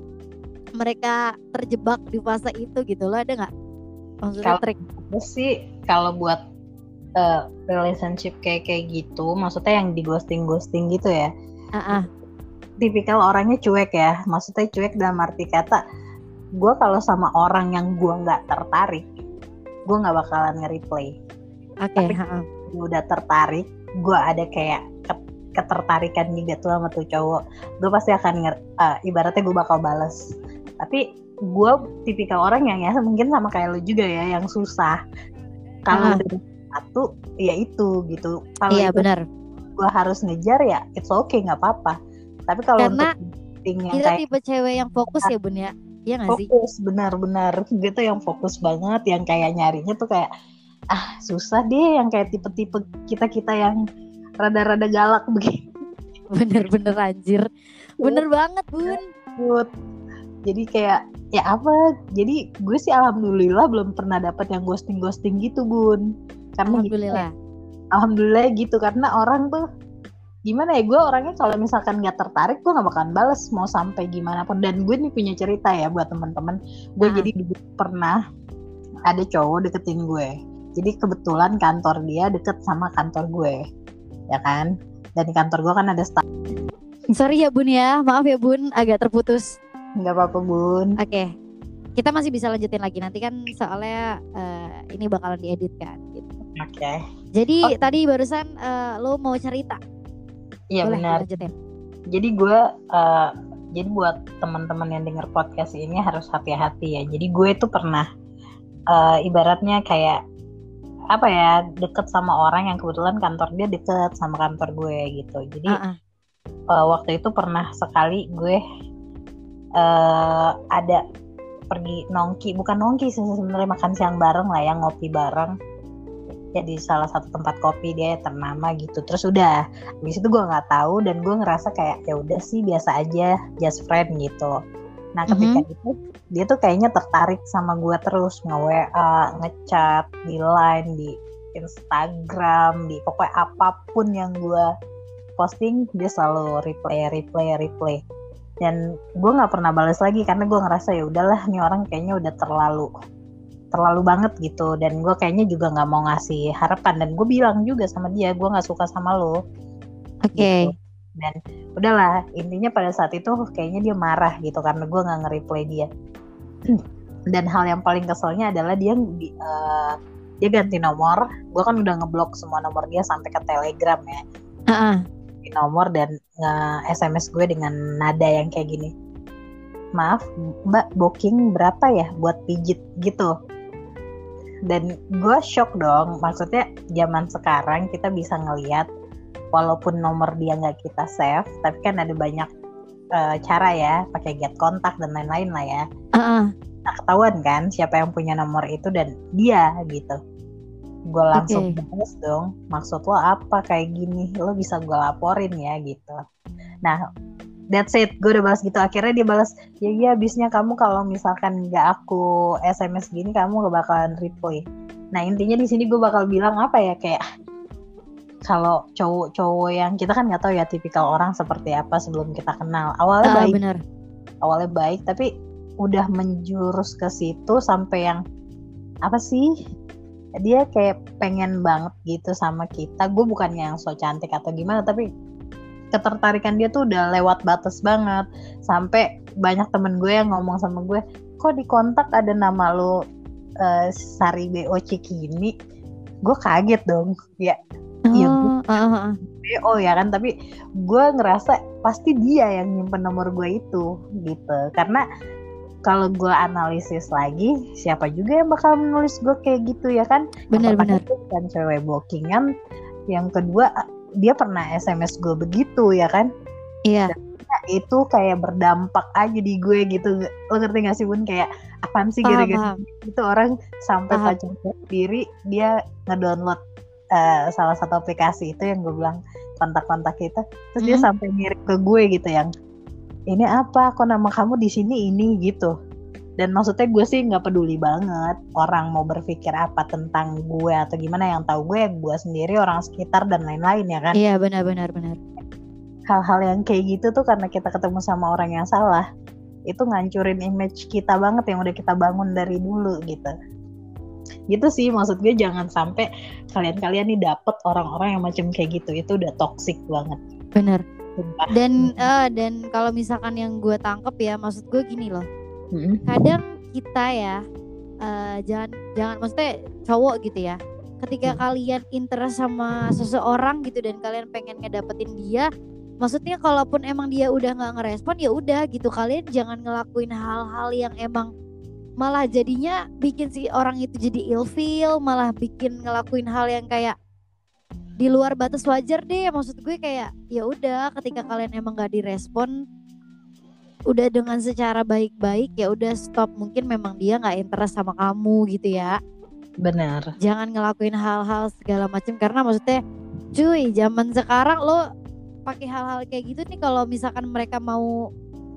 mereka terjebak di fase itu gitu, lo ada nggak? Maksudnya Kalau- trik? Terus sih kalau buat uh, relationship kayak kayak gitu, maksudnya yang di ghosting ghosting gitu ya. Ah, ah. Tipikal orangnya cuek ya, maksudnya cuek dalam arti kata, gue kalau sama orang yang gue nggak tertarik, gue nggak bakalan nge-replay. Oke. Tapi gue udah tertarik, gue ada kayak ke- ketertarikan juga tuh sama tuh cowok, gue pasti akan nger- uh, ibaratnya gue bakal bales. Tapi gue tipikal orang yang ya mungkin sama kayak lo juga ya, yang susah. Kalau Ah. udah satu, ya itu gitu. Kalau Iya itu benar. gue harus ngejar ya, it's okay, nggak apa-apa. Tapi kalau Karena untuk dating yang kita kayak tipe cewek yang fokus ya bun ya, iya nggak sih? fokus, benar-benar gitu, yang fokus banget, yang kayak nyarinya tuh kayak ah susah deh, yang kayak tipe-tipe kita-kita yang rada-rada galak begini. Bener-bener anjir, bener banget bun. Good. Jadi kayak ya apa? Jadi gue sih alhamdulillah belum pernah dapat yang ghosting-ghosting gitu bun. Karena Alhamdulillah. Gitu, alhamdulillah gitu, karena orang tuh gimana ya, gue orangnya kalau misalkan nggak tertarik gue nggak bakalan bales mau sampai gimana pun. Dan gue nih punya cerita ya buat teman-teman. Gue Ah. jadi dulu pernah ada cowok deketin gue. Jadi kebetulan kantor dia deket sama kantor gue, ya kan. Dan di kantor gue kan ada staff. Sorry ya bun ya, maaf ya bun, agak terputus. Nggak apa-apa bun. Oke, kita masih bisa lanjutin lagi nanti kan, soalnya uh, ini bakalan diedit kan gitu. Oke. Okay. Jadi Oh. tadi barusan uh, lo mau cerita. Iya benar. Lanjutin. Jadi gue, uh, jadi buat teman-teman yang denger podcast ini harus hati-hati ya. Jadi gue tuh pernah uh, ibaratnya kayak apa ya, deket sama orang yang kebetulan kantor dia deket sama kantor gue gitu. Jadi Uh-uh. uh, waktu itu pernah sekali gue uh, ada pergi nongki, bukan nongki sih sebenarnya, makan siang bareng lah ya, ngopi bareng ya di salah satu tempat kopi dia ternama gitu. Terus udah habis itu gue nggak tahu dan gue ngerasa kayak ya udah sih biasa aja, just friend gitu. Nah ketika Mhm. itu dia tuh kayaknya tertarik sama gue terus, nge-W A, ngechat, di line, di Instagram, di pokoknya apapun yang gue posting dia selalu reply, reply, reply. Dan gue nggak pernah balas lagi karena gue ngerasa ya udahlah nih orang kayaknya udah terlalu terlalu banget gitu, dan gue kayaknya juga nggak mau ngasih harapan. Dan gue bilang juga sama dia, gue nggak suka sama lo. Oke. Okay. Gitu. Dan udahlah, intinya pada saat itu kayaknya dia marah gitu karena gue nggak nge-reply dia. Dan hal yang paling keselnya adalah dia uh, dia ganti nomor. Gue kan udah ngeblok semua nomor dia sampai ke Telegram ya. Uh-uh. Nomor dan nge-S M S gue dengan nada yang kayak gini, maaf mbak, booking berapa ya buat pijit gitu. Dan gue shock dong, maksudnya zaman sekarang kita bisa ngelihat walaupun nomor dia nggak kita save, tapi kan ada banyak uh, cara ya, pakai get kontak dan lain-lain lah ya. Uh-uh. Nah, ketahuan kan siapa yang punya nomor itu dan dia gitu. Gue langsung okay. balas dong, maksud lo apa kayak gini, lo bisa gue laporin ya gitu. Nah that's it, gue udah balas gitu. Akhirnya dia balas, ya iya abisnya kamu kalau misalkan nggak aku S M S gini kamu gak bakalan reply. Nah intinya di sini gue bakal bilang apa ya, kayak kalau cowok-cowok yang kita kan nggak tahu ya tipikal orang seperti apa sebelum kita kenal. Awalnya uh, baik, bener. awalnya baik, tapi udah menjurus ke situ sampai yang apa sih? Dia kayak pengen banget gitu sama kita. Gue bukannya yang so cantik atau gimana, tapi ketertarikan dia tuh udah lewat batas banget. Sampai banyak temen gue yang ngomong sama gue, kok di kontak ada nama lo uh, Sari B O Cikini. Gue kaget dong. Ya, oh, ya gue uh, uh. B O ya kan, tapi gue ngerasa pasti dia yang nyimpen nomor gue itu gitu. Karena kalau gue analisis lagi, siapa juga yang bakal menulis gue kayak gitu ya kan? Benar-benar. Kan cewek bookingan. Yang kedua, dia pernah S M S gue begitu ya kan? Iya. Dan itu kayak berdampak aja di gue gitu. Lo ngerti gak sih Bun? Kayak apaan sih gara-gara itu orang sampai pacar sendiri dia ngedownload uh, salah satu aplikasi itu yang gue bilang kontak-kontak kita. Terus hmm. dia sampai ngirim ke gue gitu yang, ini apa, kok nama kamu di sini ini gitu. Dan maksudnya gue sih nggak peduli banget orang mau berpikir apa tentang gue atau gimana, yang tahu gue gue sendiri, orang sekitar dan lain-lain ya kan. Iya benar-benar benar. Hal-hal yang kayak gitu tuh karena kita ketemu sama orang yang salah, itu ngancurin image kita banget yang udah kita bangun dari dulu gitu. Gitu sih maksud gue, jangan sampai kalian-kalian nih dapet orang-orang yang macam kayak gitu, itu udah toxic banget. Bener. Dan uh, dan kalau misalkan yang gue tangkep ya, maksud gue gini loh, hmm. kadang kita ya uh, jangan jangan maksudnya cowok gitu ya, ketika hmm. kalian interest sama seseorang gitu dan kalian pengen ngedapetin dia, maksudnya kalaupun emang dia udah nggak ngerespon ya udah gitu, kalian jangan ngelakuin hal-hal yang emang malah jadinya bikin si orang itu jadi ilfeel, malah bikin ngelakuin hal yang kayak di luar batas wajar deh. Maksud gue kayak ya udah, ketika kalian emang gak direspon udah dengan secara baik-baik ya udah stop. Mungkin memang dia nggak interest sama kamu gitu ya. Benar. Jangan ngelakuin hal-hal segala macam, karena maksudnya cuy zaman sekarang lo pakai hal-hal kayak gitu nih, kalau misalkan mereka mau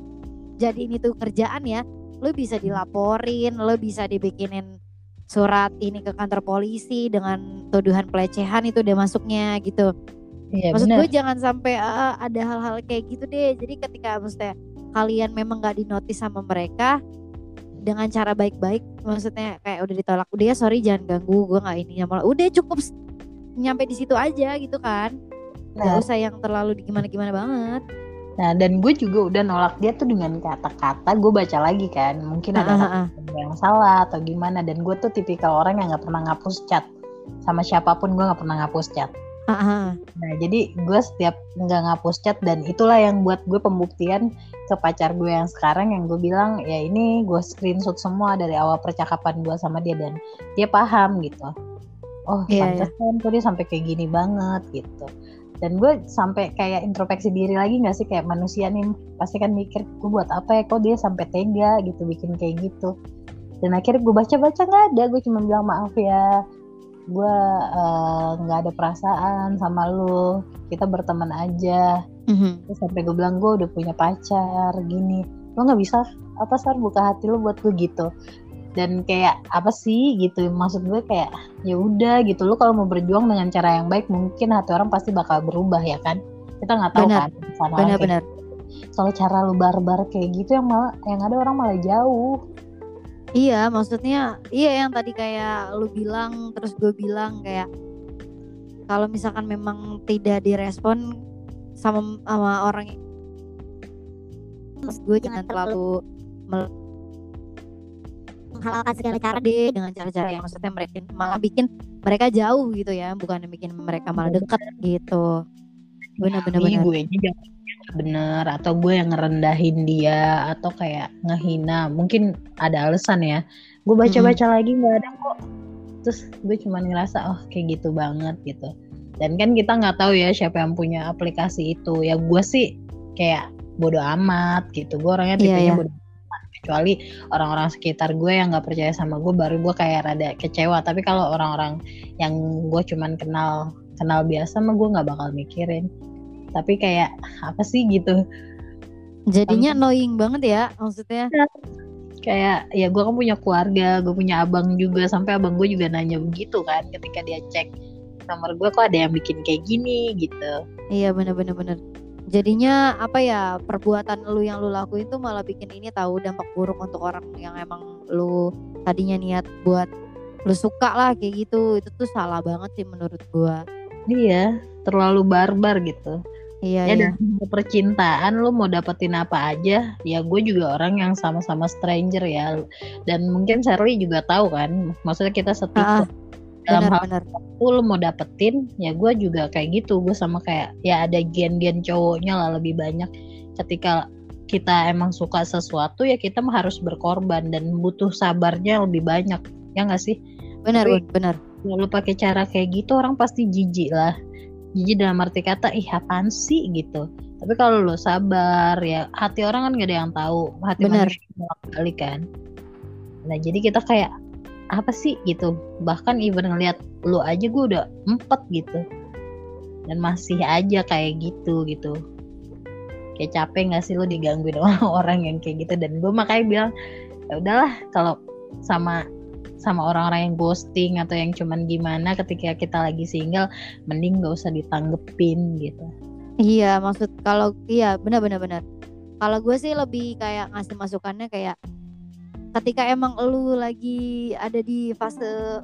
jadiin itu kerjaan ya, lo bisa dilaporin, lo bisa dibikinin surat ini ke kantor polisi dengan tuduhan pelecehan, itu udah masuknya gitu. Iya, maksud bener. Gue jangan sampai uh, ada hal-hal kayak gitu deh. Jadi ketika maksudnya kalian memang gak dinotis sama mereka dengan cara baik-baik, maksudnya kayak udah ditolak, udah ya sorry jangan ganggu gue gak ini, malah udah cukup nyampe di situ aja gitu kan. Nah. Gak usah yang terlalu gimana-gimana banget. Nah dan gue juga udah nolak dia tuh dengan kata-kata, gue baca lagi kan, mungkin ada uh-huh. yang salah atau gimana. Dan gue tuh tipikal orang yang gak pernah ngapus chat sama siapapun, gue gak pernah ngapus chat. Uh-huh. Nah jadi gue setiap gak ngapus chat, dan itulah yang buat gue pembuktian ke pacar gue yang sekarang, yang gue bilang ya ini gue screenshot semua dari awal percakapan gue sama dia, dan dia paham gitu. Oh yeah, pantesan yeah. tuh dia sampai kayak gini banget gitu. Dan gue sampai kayak introspeksi diri lagi gak sih, kayak manusia nih pasti kan mikir gue buat apa ya kok dia sampai tega gitu bikin kayak gitu. Dan akhirnya gue baca-baca gak ada, gue cuma bilang maaf ya, gue uh, gak ada perasaan sama lu, kita berteman aja. Mm-hmm. Terus sampai gue bilang gue udah punya pacar gini, lo gak bisa apa Sar buka hati lo buat gue gitu. Dan kayak apa sih gitu, maksud gue kayak ya udah gitu, lu kalau mau berjuang dengan cara yang baik mungkin hati orang pasti bakal berubah ya kan, kita nggak tahu. Bener. Kan benar-benar soal cara lu barbar kayak gitu, yang malah yang ada orang malah jauh. Iya maksudnya iya yang tadi kayak lu bilang, terus gue bilang kayak kalau misalkan memang tidak direspon sama sama orang, terus gue jangan terlalu mel- menghalalkan segala cara deh dengan cara-cara yang maksudnya mereka malah bikin mereka jauh gitu ya, bukan bikin mereka malah dekat gitu. Benar-benar benar. Gue aja jangan bener, atau gue yang ngerendahin dia atau kayak ngehina, mungkin ada alasan ya. Gue baca-baca Mm-mm. lagi nggak ada kok. Terus gue cuma ngerasa oh kayak gitu banget gitu. Dan kan kita nggak tahu ya siapa yang punya aplikasi itu. Ya gue sih kayak bodo amat gitu. Gue orangnya Iya tipenya ya. bodo amat. Kecuali orang-orang sekitar gue yang nggak percaya sama gue, baru gue kayak rada kecewa. Tapi kalau orang-orang yang gue cuman kenal kenal biasa mah gue nggak bakal mikirin. Tapi kayak apa sih gitu. Jadinya Sampai annoying banget ya maksudnya. kayak ya gue kan punya keluarga, gue punya abang juga, sampai abang gue juga nanya begitu kan ketika dia cek nomor gue, kok ada yang bikin kayak gini gitu. Iya bener-bener bener. Jadinya apa ya, perbuatan lu yang lu lakuin tuh malah bikin ini tahu dampak buruk untuk orang yang emang lu tadinya niat buat lu suka lah kayak gitu. Itu tuh salah banget sih menurut gua. Iya, terlalu barbar gitu. Iya Ya ya. dan percintaan lu mau dapetin apa aja, ya gue juga orang yang sama-sama stranger ya. Dan mungkin Shirley juga tahu kan, maksudnya kita Ah, setipe. Dalam hal benar-benar. itu lu mau dapetin, ya gue juga kayak gitu. Gue sama kayak ya ada gen-gen cowoknya lah lebih banyak. Ketika kita emang suka sesuatu ya kita mah harus berkorban dan butuh sabarnya lebih banyak, ya nggak sih? Benar, Tapi benar. kalau lu pakai cara kayak gitu orang pasti jijik lah. Jijik dalam arti kata ih apaan sih gitu. Tapi kalau lu sabar ya, hati orang kan gak ada yang tahu, hati Benar. manusia bolak-balik kan. Nah jadi kita kayak apa sih gitu, bahkan even ngeliat lu aja gue udah empet gitu dan masih aja kayak gitu gitu. Kayak capek nggak sih lu digangguin sama orang yang kayak gitu. Dan gue makanya bilang ya udahlah, kalau sama sama orang-orang yang ghosting atau yang cuman gimana ketika kita lagi single, mending gak usah ditanggepin gitu. Iya, maksud kalau iya benar-benar benar. Kalau gue sih lebih kayak ngasih masukannya kayak ketika emang lu lagi ada di fase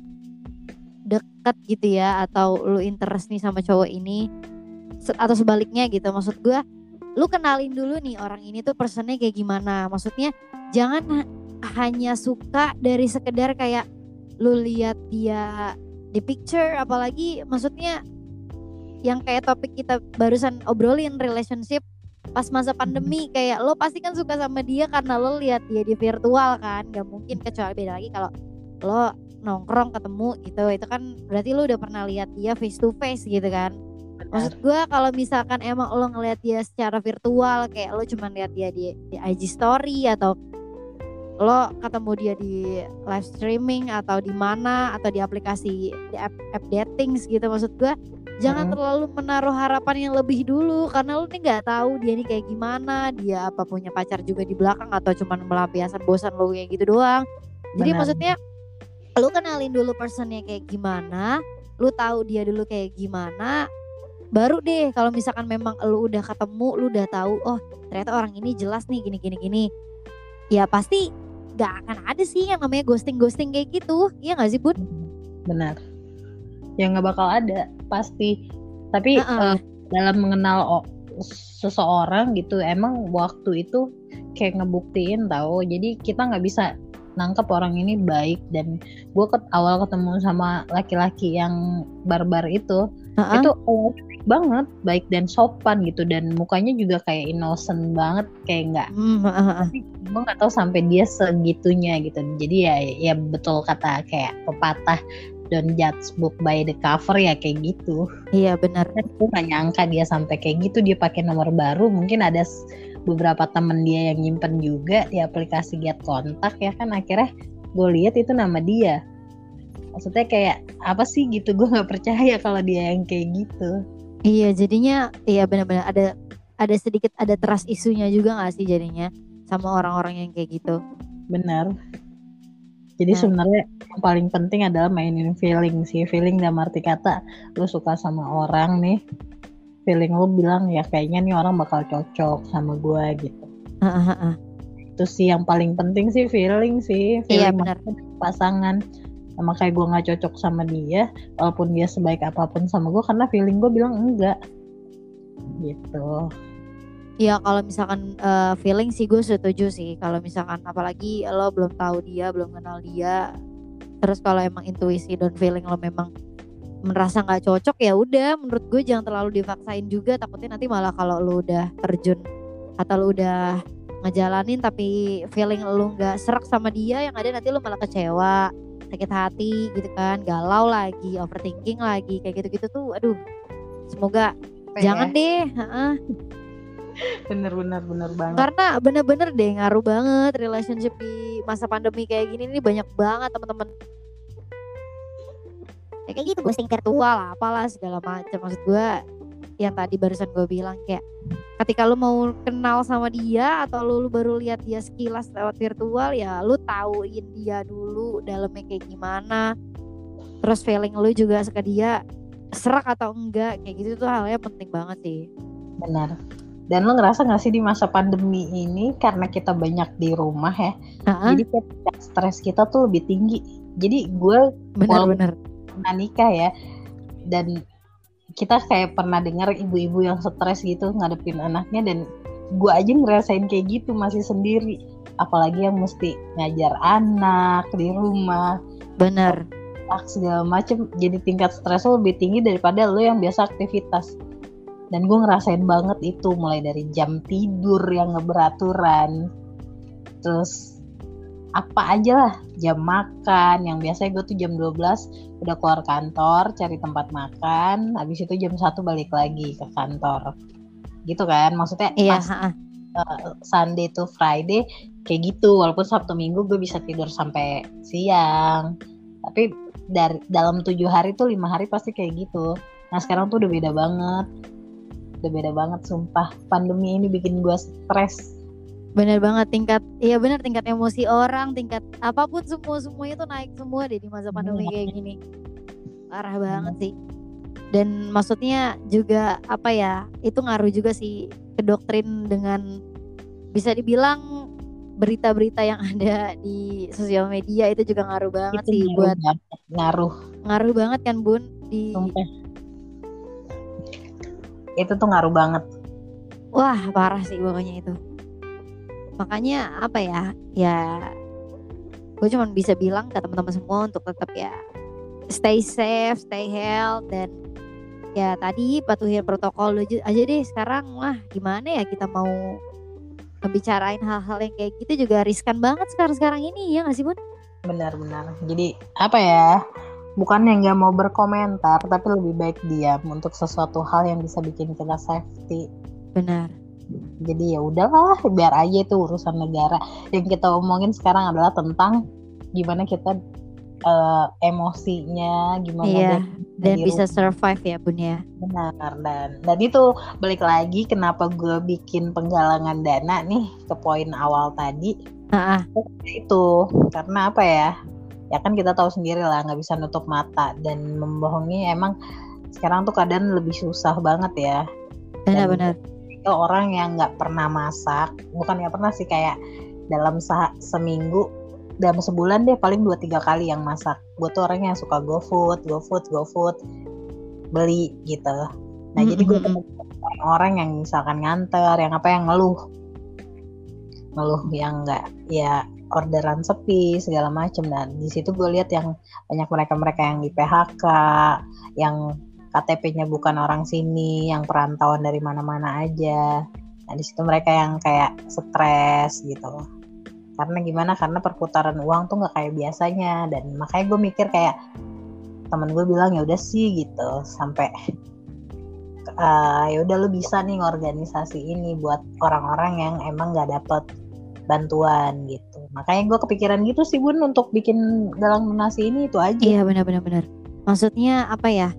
deket gitu ya, atau lu interest nih sama cowok ini se- atau sebaliknya gitu, maksud gue lu kenalin dulu nih orang ini tuh personnya kayak gimana. Maksudnya jangan ha- hanya suka dari sekedar kayak lu lihat dia di picture, apalagi maksudnya yang kayak topik kita barusan obrolin, relationship pas masa pandemi, kayak lo pasti kan suka sama dia karena lo lihat dia di virtual kan, gak mungkin. Kecuali beda lagi kalau lo nongkrong ketemu gitu, itu kan berarti lo udah pernah lihat dia face to face gitu kan. Maksud gue kalau misalkan emang lo ngelihat dia secara virtual, kayak lo cuma lihat dia di, di I G story, atau lo ketemu dia di live streaming atau di mana, atau di aplikasi di app, app dating gitu, maksud gue jangan Mm-mm. terlalu menaruh harapan yang lebih dulu, karena lo nih nggak tahu dia nih kayak gimana, dia apa punya pacar juga di belakang atau cuman melampiaskan bosan lo kayak gitu doang. Jadi Benar. maksudnya lu kenalin dulu personnya kayak gimana, lu tahu dia dulu kayak gimana, baru deh kalau misalkan memang lu udah ketemu, lu udah tahu oh ternyata orang ini jelas nih gini gini gini, ya pasti gak akan ada sih yang namanya ghosting ghosting kayak gitu, iya nggak sih Bun? Benar. Ya nggak bakal ada pasti. Tapi Uh-uh. uh, dalam mengenal o- seseorang gitu, emang waktu itu kayak ngebuktiin tahu. Jadi kita nggak bisa nangkep orang ini baik. Dan gue ket awal ketemu sama laki-laki yang barbar itu, Uh-uh. itu oh, baik banget, baik dan sopan gitu, dan mukanya juga kayak innocent banget, kayak nggak. Hmm, uh-uh. Tapi gue nggak tahu sampai dia segitunya gitu. Jadi ya ya betul kata kayak pepatah, don't judge book by the cover, ya kayak gitu. Iya benar. Gue gak nyangka dia sampai kayak gitu. Dia pakai nomor baru, mungkin ada beberapa temen dia yang nyimpen juga di aplikasi Get Kontak ya kan. Akhirnya gue lihat itu nama dia. Maksudnya kayak apa sih gitu. Gue gak percaya kalau dia yang kayak gitu. Iya jadinya iya benar-benar ada ada sedikit ada trust isunya juga nggak sih jadinya sama orang-orang yang kayak gitu. Benar. Jadi Nah, sebenarnya yang paling penting adalah mainin feeling sih. Feeling dalam arti kata lu suka sama orang nih, feeling lu bilang ya kayaknya nih orang bakal cocok sama gue gitu. uh-uh. Itu sih yang paling penting sih, feeling sih. Iya Feeling benar. pasangan. Sama kayak gue gak cocok sama dia, walaupun dia sebaik apapun sama gue, karena feeling gue bilang enggak gitu. Ya kalau misalkan uh, feeling sih gue setuju sih. Kalau misalkan apalagi lo belum tahu dia, belum kenal dia, terus kalau emang intuisi dan feeling lo memang merasa nggak cocok, ya udah menurut gue jangan terlalu dipaksain juga, takutnya nanti malah kalau lu udah terjun atau lu udah ngejalanin tapi feeling lu nggak serak sama dia, yang ada nanti lu malah kecewa, sakit hati gitu kan, galau lagi, overthinking lagi, kayak gitu-gitu tuh aduh, semoga Apa jangan ya? deh. Heeh. Bener-bener bener banget. Karena bener-bener deh ngaruh banget relationship di masa pandemi kayak gini nih, banyak banget teman-teman ya kayak gitu, ghosting virtual apalah segala macam. Maksud gue yang tadi barusan gue bilang, kayak ketika lu mau kenal sama dia atau lu, lu baru lihat dia sekilas lewat virtual, ya lu tauin dia dulu dalamnya kayak gimana, terus feeling lu juga ke dia serak atau enggak, kayak gitu tuh halnya penting banget sih. Benar. Dan lo ngerasa gak sih di masa pandemi ini karena kita banyak di rumah ya, uh-huh. jadi stres kita tuh lebih tinggi. Jadi gue benar-benar pernah nikah ya, dan kita kayak pernah dengar ibu-ibu yang stres gitu ngadepin anaknya, dan gue aja ngerasain kayak gitu masih sendiri, apalagi yang mesti ngajar anak di rumah, bener segala macem. Jadi tingkat stres lo lebih tinggi daripada lo yang biasa aktivitas. Dan gue ngerasain banget itu, mulai dari jam tidur yang gak beraturan, terus apa aja lah, jam makan yang biasanya gue tuh jam dua belas udah keluar kantor cari tempat makan, habis itu jam satu balik lagi ke kantor gitu kan. Maksudnya iya, pas uh, Sunday to Friday kayak gitu, walaupun Sabtu Minggu gue bisa tidur sampai siang, tapi dari dalam tujuh hari tuh lima hari pasti kayak gitu. Nah sekarang tuh udah beda banget, udah beda banget sumpah. Pandemi ini bikin gue stres. Bener banget, tingkat iya bener tingkat emosi orang, tingkat apapun semua semuanya tuh naik semua deh di masa pandemi kayak gini. Parah banget sih. Dan maksudnya juga apa ya, itu ngaruh juga sih ke doktrin, dengan bisa dibilang berita-berita yang ada di sosial media itu juga ngaruh banget itu sih ngaruh buat banget, ngaruh ngaruh banget kan Bun di Sumpah. Itu tuh ngaruh banget. Wah parah sih pokoknya itu. Makanya apa ya, ya gue cuma bisa bilang ke teman-teman semua untuk tetap ya stay safe, stay health, dan ya tadi patuhin protokol aja deh sekarang. Wah gimana ya kita mau membicarain hal-hal yang kayak gitu juga riskan banget sekarang-sekarang ini, ya gak sih Bun? Benar-benar. Jadi apa ya, bukan yang gak mau berkomentar, tapi lebih baik diam untuk sesuatu hal yang bisa bikin kita safety. Benar. Jadi ya udahlah, biar aja itu urusan negara. Yang kita omongin sekarang adalah tentang gimana kita uh, emosinya, gimana iya, dan di bisa rumah. survive ya Bun ya. Benar, dan dan itu balik lagi kenapa gue bikin penggalangan dana nih ke poin awal tadi. Uh-uh. Itu karena apa ya? Ya kan kita tahu sendiri lah, nggak bisa nutup mata, dan membohongi emang sekarang tuh keadaan lebih susah banget ya. Benar-benar. Orang yang nggak pernah masak, bukan nggak pernah sih, kayak dalam se- seminggu, dalam sebulan deh paling dua tiga kali yang masak. Gue tuh orang yang suka GoFood, GoFood, GoFood, beli gitu. Nah mm-hmm. jadi gue ketemu orang yang misalkan nganter, yang apa yang ngeluh, ngeluh yang nggak ya orderan sepi segala macem. Dan di situ gue lihat yang banyak mereka-mereka yang di P H K, yang K T P-nya bukan orang sini, yang perantauan dari mana-mana aja. Nah di situ mereka yang kayak stres gitu. Karena gimana? Karena perputaran uang tuh nggak kayak biasanya. Dan makanya gue mikir kayak temen gue bilang ya udah sih gitu, sampai uh, ya udah lu bisa nih ngorganisasi ini buat orang-orang yang emang nggak dapet bantuan gitu. Makanya gue kepikiran gitu sih Bun untuk bikin galang donasi ini, itu aja. Iya benar-benar. Maksudnya apa ya?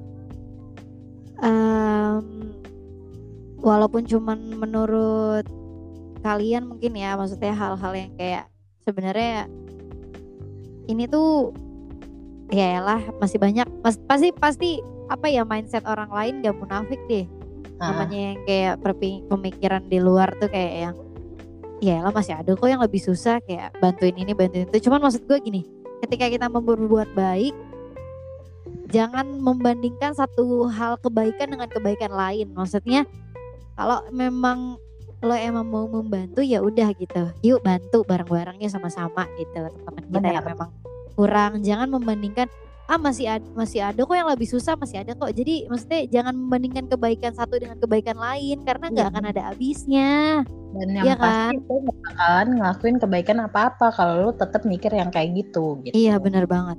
Um, walaupun cuman menurut kalian mungkin ya, maksudnya hal-hal yang kayak sebenarnya ini tuh ya lah masih banyak, pas, pasti pasti apa ya, mindset orang lain gak munafik deh. Uh. Namanya yang kayak pemikiran di luar tuh kayak yang ya lah masih ada kok yang lebih susah, kayak bantuin ini bantuin itu. Cuman maksud gue gini, ketika kita berbuat baik, jangan membandingkan satu hal kebaikan dengan kebaikan lain. Maksudnya kalau memang lo emang mau membantu ya udah gitu, yuk bantu bareng-barengnya sama-sama gitu teman-teman kita yang memang kurang. Jangan membandingkan ah masih ada, masih ada kok yang lebih susah, masih ada kok. Jadi maksudnya jangan membandingkan kebaikan satu dengan kebaikan lain karena nggak Iya. akan ada habisnya. Dan yang Iya pasti kan? lo gak bakalan ngelakuin kebaikan apa-apa kalau lo tetap mikir yang kayak gitu gitu. Iya benar banget.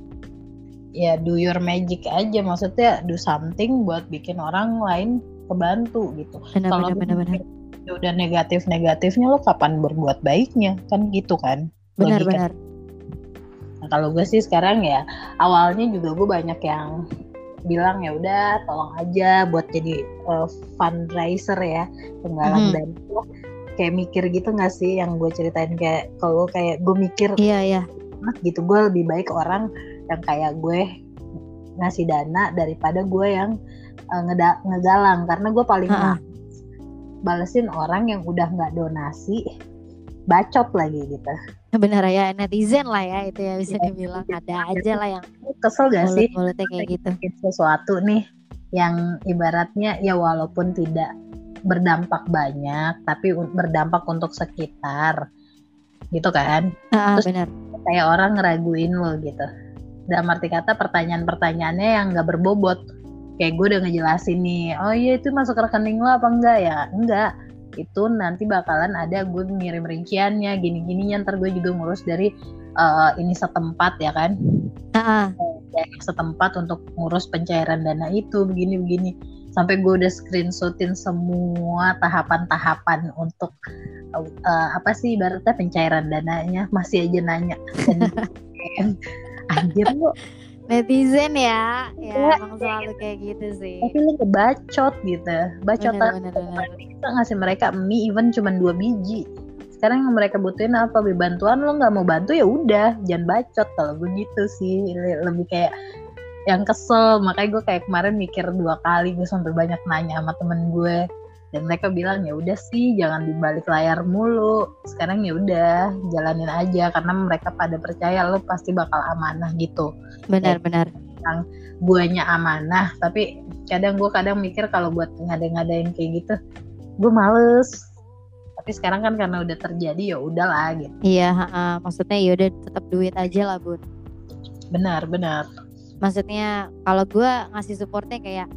Ya do your magic aja, maksudnya do something buat bikin orang lain kebantu gitu. Benar Kalau benar benar benar. udah negatif-negatifnya lo kapan berbuat baiknya, kan gitu kan. Benar Logika. benar. Nah, kalau gue sih sekarang ya awalnya juga gue banyak yang bilang ya udah tolong aja buat jadi uh, fundraiser ya, penggalang Mhm. dana. Kayak mikir gitu nggak sih yang gue ceritain, kayak kalau kayak gue mikir Iya iya. gitu, gue lebih baik orang yang kayak gue ngasih dana daripada gue yang uh, ngeda- ngegalang, karena gue paling Ha-ha. males balesin orang yang udah nggak donasi bacot lagi gitu. Benar ya, netizen lah ya itu ya bisa dibilang, ada aja lah yang Kesel gak sih mulut-mulutnya kayak gitu. bikin sesuatu nih yang ibaratnya ya walaupun tidak berdampak banyak tapi un- berdampak untuk sekitar gitu kan. Ah Terus benar. kayak orang ngeraguin lo gitu, dalam arti kata pertanyaan-pertanyaannya yang gak berbobot. Kayak gue udah ngejelasin nih, oh iya itu masuk rekening lo apa enggak ya, enggak, itu nanti bakalan ada gue ngirim rinciannya gini-gininya, ntar gue juga ngurus dari uh, ini setempat ya kan, Ah ya, setempat untuk ngurus pencairan dana itu begini-begini, sampai gue udah screenshotin semua tahapan-tahapan untuk uh, apa sih ibaratnya pencairan dananya, masih aja nanya. Dan anjir lo netizen ya, ya ya, emang selalu kayak gitu sih. tapi lu ngebacot gitu, bacotan. Bener, bener, bener. Kita ngasih mereka mie even cuma dua biji, sekarang yang mereka butuhin apa, beli bantuan, lo nggak mau bantu ya udah jangan bacot. Kalau gue gitu sih lebih kayak yang kesel, makanya gue kayak kemarin mikir dua kali, gue sampai banyak nanya sama temen gue dan mereka bilang ya udah sih jangan di balik layar mulu, sekarang ya udah jalanin aja karena mereka pada percaya lo pasti bakal amanah gitu. Benar-benar. Yang guanya amanah, tapi kadang gue kadang mikir kalau buat ngada-ngadain kayak gitu gue males. Tapi sekarang kan karena udah terjadi ya udahlah gitu. Iya, ha-ha. Maksudnya ya udah tetap duit aja lah bun. Benar benar. Maksudnya kalau gue ngasih supportnya kayak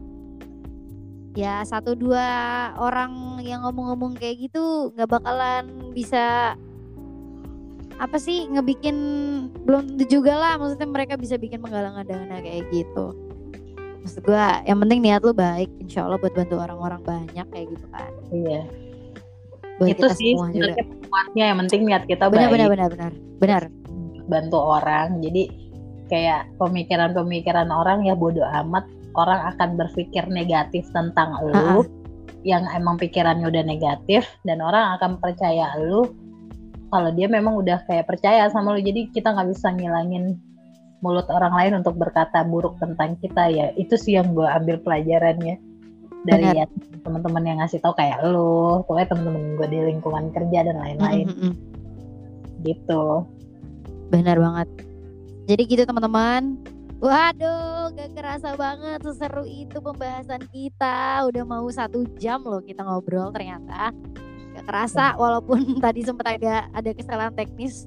ya satu dua orang yang ngomong-ngomong kayak gitu nggak bakalan bisa apa sih ngebikin, belum tentu juga lah maksudnya mereka bisa bikin penggalangan dana kayak gitu. Maksud gue yang penting niat lu baik, insya Allah buat bantu orang-orang banyak kayak gitu kan. Iya. Buat Itu kita sih semua juga. sebenarnya kuatnya, yang penting niat kita Benar baik. benar benar benar benar. Bantu orang. Jadi kayak pemikiran-pemikiran orang ya bodo amat, orang akan berpikir negatif tentang lu Ha-ha. yang emang pikirannya udah negatif, dan orang akan percaya lu kalau dia memang udah kayak percaya sama lu. Jadi kita nggak bisa ngilangin mulut orang lain untuk berkata buruk tentang kita ya. Itu sih yang gue ambil pelajarannya dari Benar. ya, teman-teman yang ngasih tahu kayak lu, pokoknya teman-teman gue di lingkungan kerja dan lain-lain. Mm-mm-mm. Gitu. Benar banget. Jadi gitu teman-teman. Waduh, gak kerasa banget seseru itu pembahasan kita. Udah mau satu jam loh kita ngobrol ternyata. Gak kerasa walaupun tadi sempat agak ada kesalahan teknis.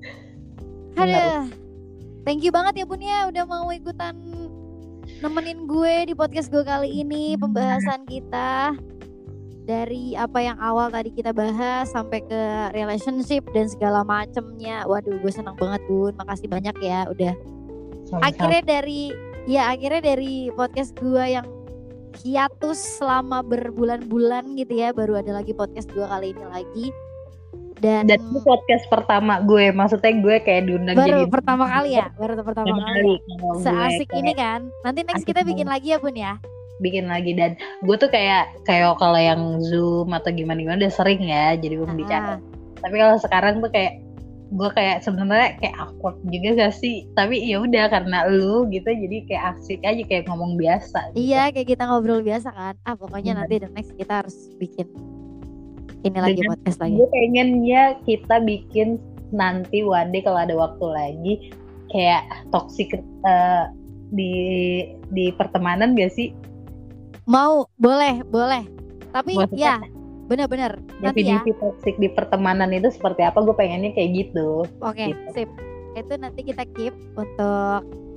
Aduh, thank you banget ya Bun ya udah mau ikutan nemenin gue di podcast gue kali ini. Pembahasan kita dari apa yang awal tadi kita bahas sampai ke relationship dan segala macemnya. Waduh, gue senang banget Bun. Makasih banyak ya udah. Sama-sama. Akhirnya dari ya akhirnya dari podcast gue yang hiatus selama berbulan-bulan gitu ya, baru ada lagi podcast gue kali ini lagi. Dan, Dan ini podcast pertama gue, maksudnya gue kayak diundang baru jadi pertama kali ya, baru pertama pertama kali. kali kalau gue Seasik kayak ini kan. Nanti next asik kita bikin banget. lagi ya Bun ya. bikin lagi. Dan gue tuh kayak kayak kalau yang Zoom atau gimana gimana udah sering ya jadi pembicara. Ah, Tapi kalau sekarang tuh kayak gue kayak sebenarnya kayak awkward juga gak sih, tapi ya udah karena lu gitu jadi kayak asik aja kayak ngomong biasa gitu. iya kayak kita ngobrol biasa kan. Ah pokoknya Bener. nanti the next kita harus bikin ini lagi Dengan- podcast lagi. Gue pengennya kita bikin nanti one day kalau ada waktu lagi kayak toxic uh, di di pertemanan gak sih? Mau, boleh, boleh. Tapi Maksudnya- ya benar-benar nanti ya. Definisi toxic di pertemanan itu seperti apa? Gue pengennya kayak gitu. Oke, Gitu. sip. Itu nanti kita keep untuk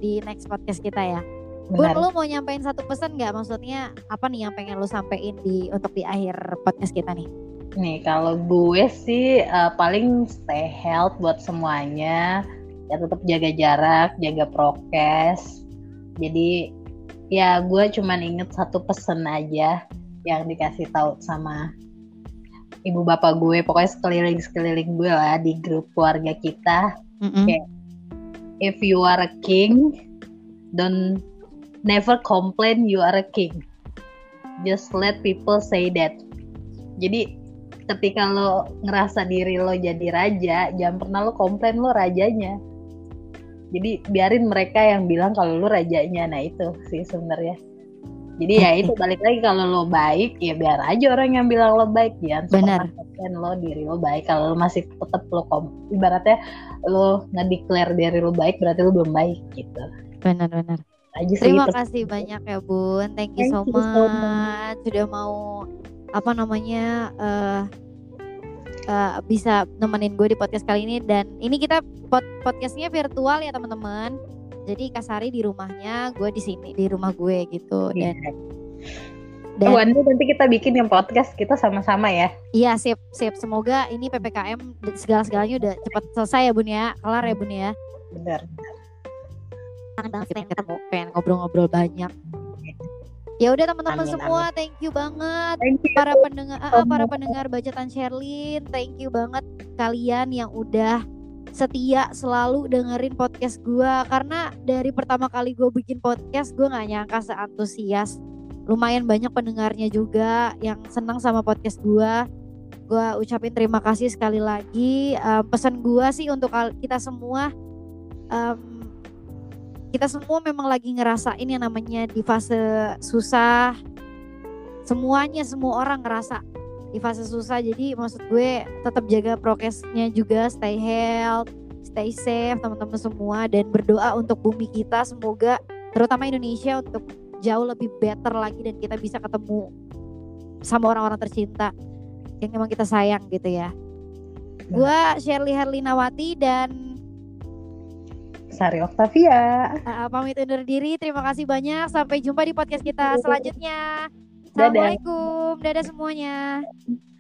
di next podcast kita ya. Bun, Benar. lu mau nyampein satu pesan nggak? Maksudnya apa nih yang pengen lu sampein di untuk di akhir podcast kita nih? Nih kalau gue sih uh, paling stay health buat semuanya. Ya tetap jaga jarak, jaga prokes. Jadi ya gue cuman inget satu pesan aja yang dikasih tahu sama ibu bapak gue, pokoknya sekeliling sekeliling gue lah di grup keluarga kita. Mm-mm. Kayak, if you are a king, don't never complain you are a king. Just let people say that. Jadi ketika lo ngerasa diri lo jadi raja, jangan pernah lo komplain lo rajanya. Jadi biarin mereka yang bilang kalau lo rajanya. Nah itu sih sebenarnya. Jadi ya itu balik lagi, kalau lo baik ya biar aja orang yang bilang lo baik. Jangan Benar. komplain lo diri lo baik. Kalau lo masih tetap lo kom, ibaratnya lo nge-declare diri lo baik berarti lo belum baik gitu. Benar-benar. Aja sih Terima itu. kasih banyak ya Bun. Thank you Thank so you so much sudah mau apa namanya uh, uh, bisa nemenin gue di podcast kali ini. Dan ini kita pod- podcastnya virtual ya teman-teman. Jadi Kasari di rumahnya, gue di sini di rumah gue gitu. Dan, dan Oh, nanti kita bikin yang podcast kita sama-sama ya. iya sip sip. Semoga ini P P K M segala-segalanya udah cepat selesai ya Bun ya, kelar ya Bun ya. Benar. Kangen banget pengen ketemu, pengen ngobrol-ngobrol banyak. Ya udah teman-teman Amin, semua, thank you banget. Thank you. Para pendengar ah, para pendengar Bacaan Sherlyn, thank you banget kalian yang udah setia selalu dengerin podcast gue. Karena dari pertama kali gue bikin podcast, gue gak nyangka seantusias. Lumayan banyak pendengarnya juga yang senang sama podcast gue. Gue ucapin terima kasih sekali lagi. um, Pesan gue sih untuk kita semua, um, kita semua memang lagi ngerasain yang namanya di fase susah. Semuanya, semua orang ngerasa di fase susah. Jadi maksud gue tetap jaga prokesnya juga, stay health, stay safe teman-teman semua. Dan berdoa untuk bumi kita, semoga terutama Indonesia untuk jauh lebih better lagi. Dan kita bisa ketemu sama orang-orang tercinta yang memang kita sayang gitu ya. Gue Shirley Herlinawati dan Sari Octavia. Uh, pamit undur diri. Terima kasih banyak. Sampai jumpa di podcast kita selanjutnya. Dadah. Assalamualaikum. Dadah semuanya.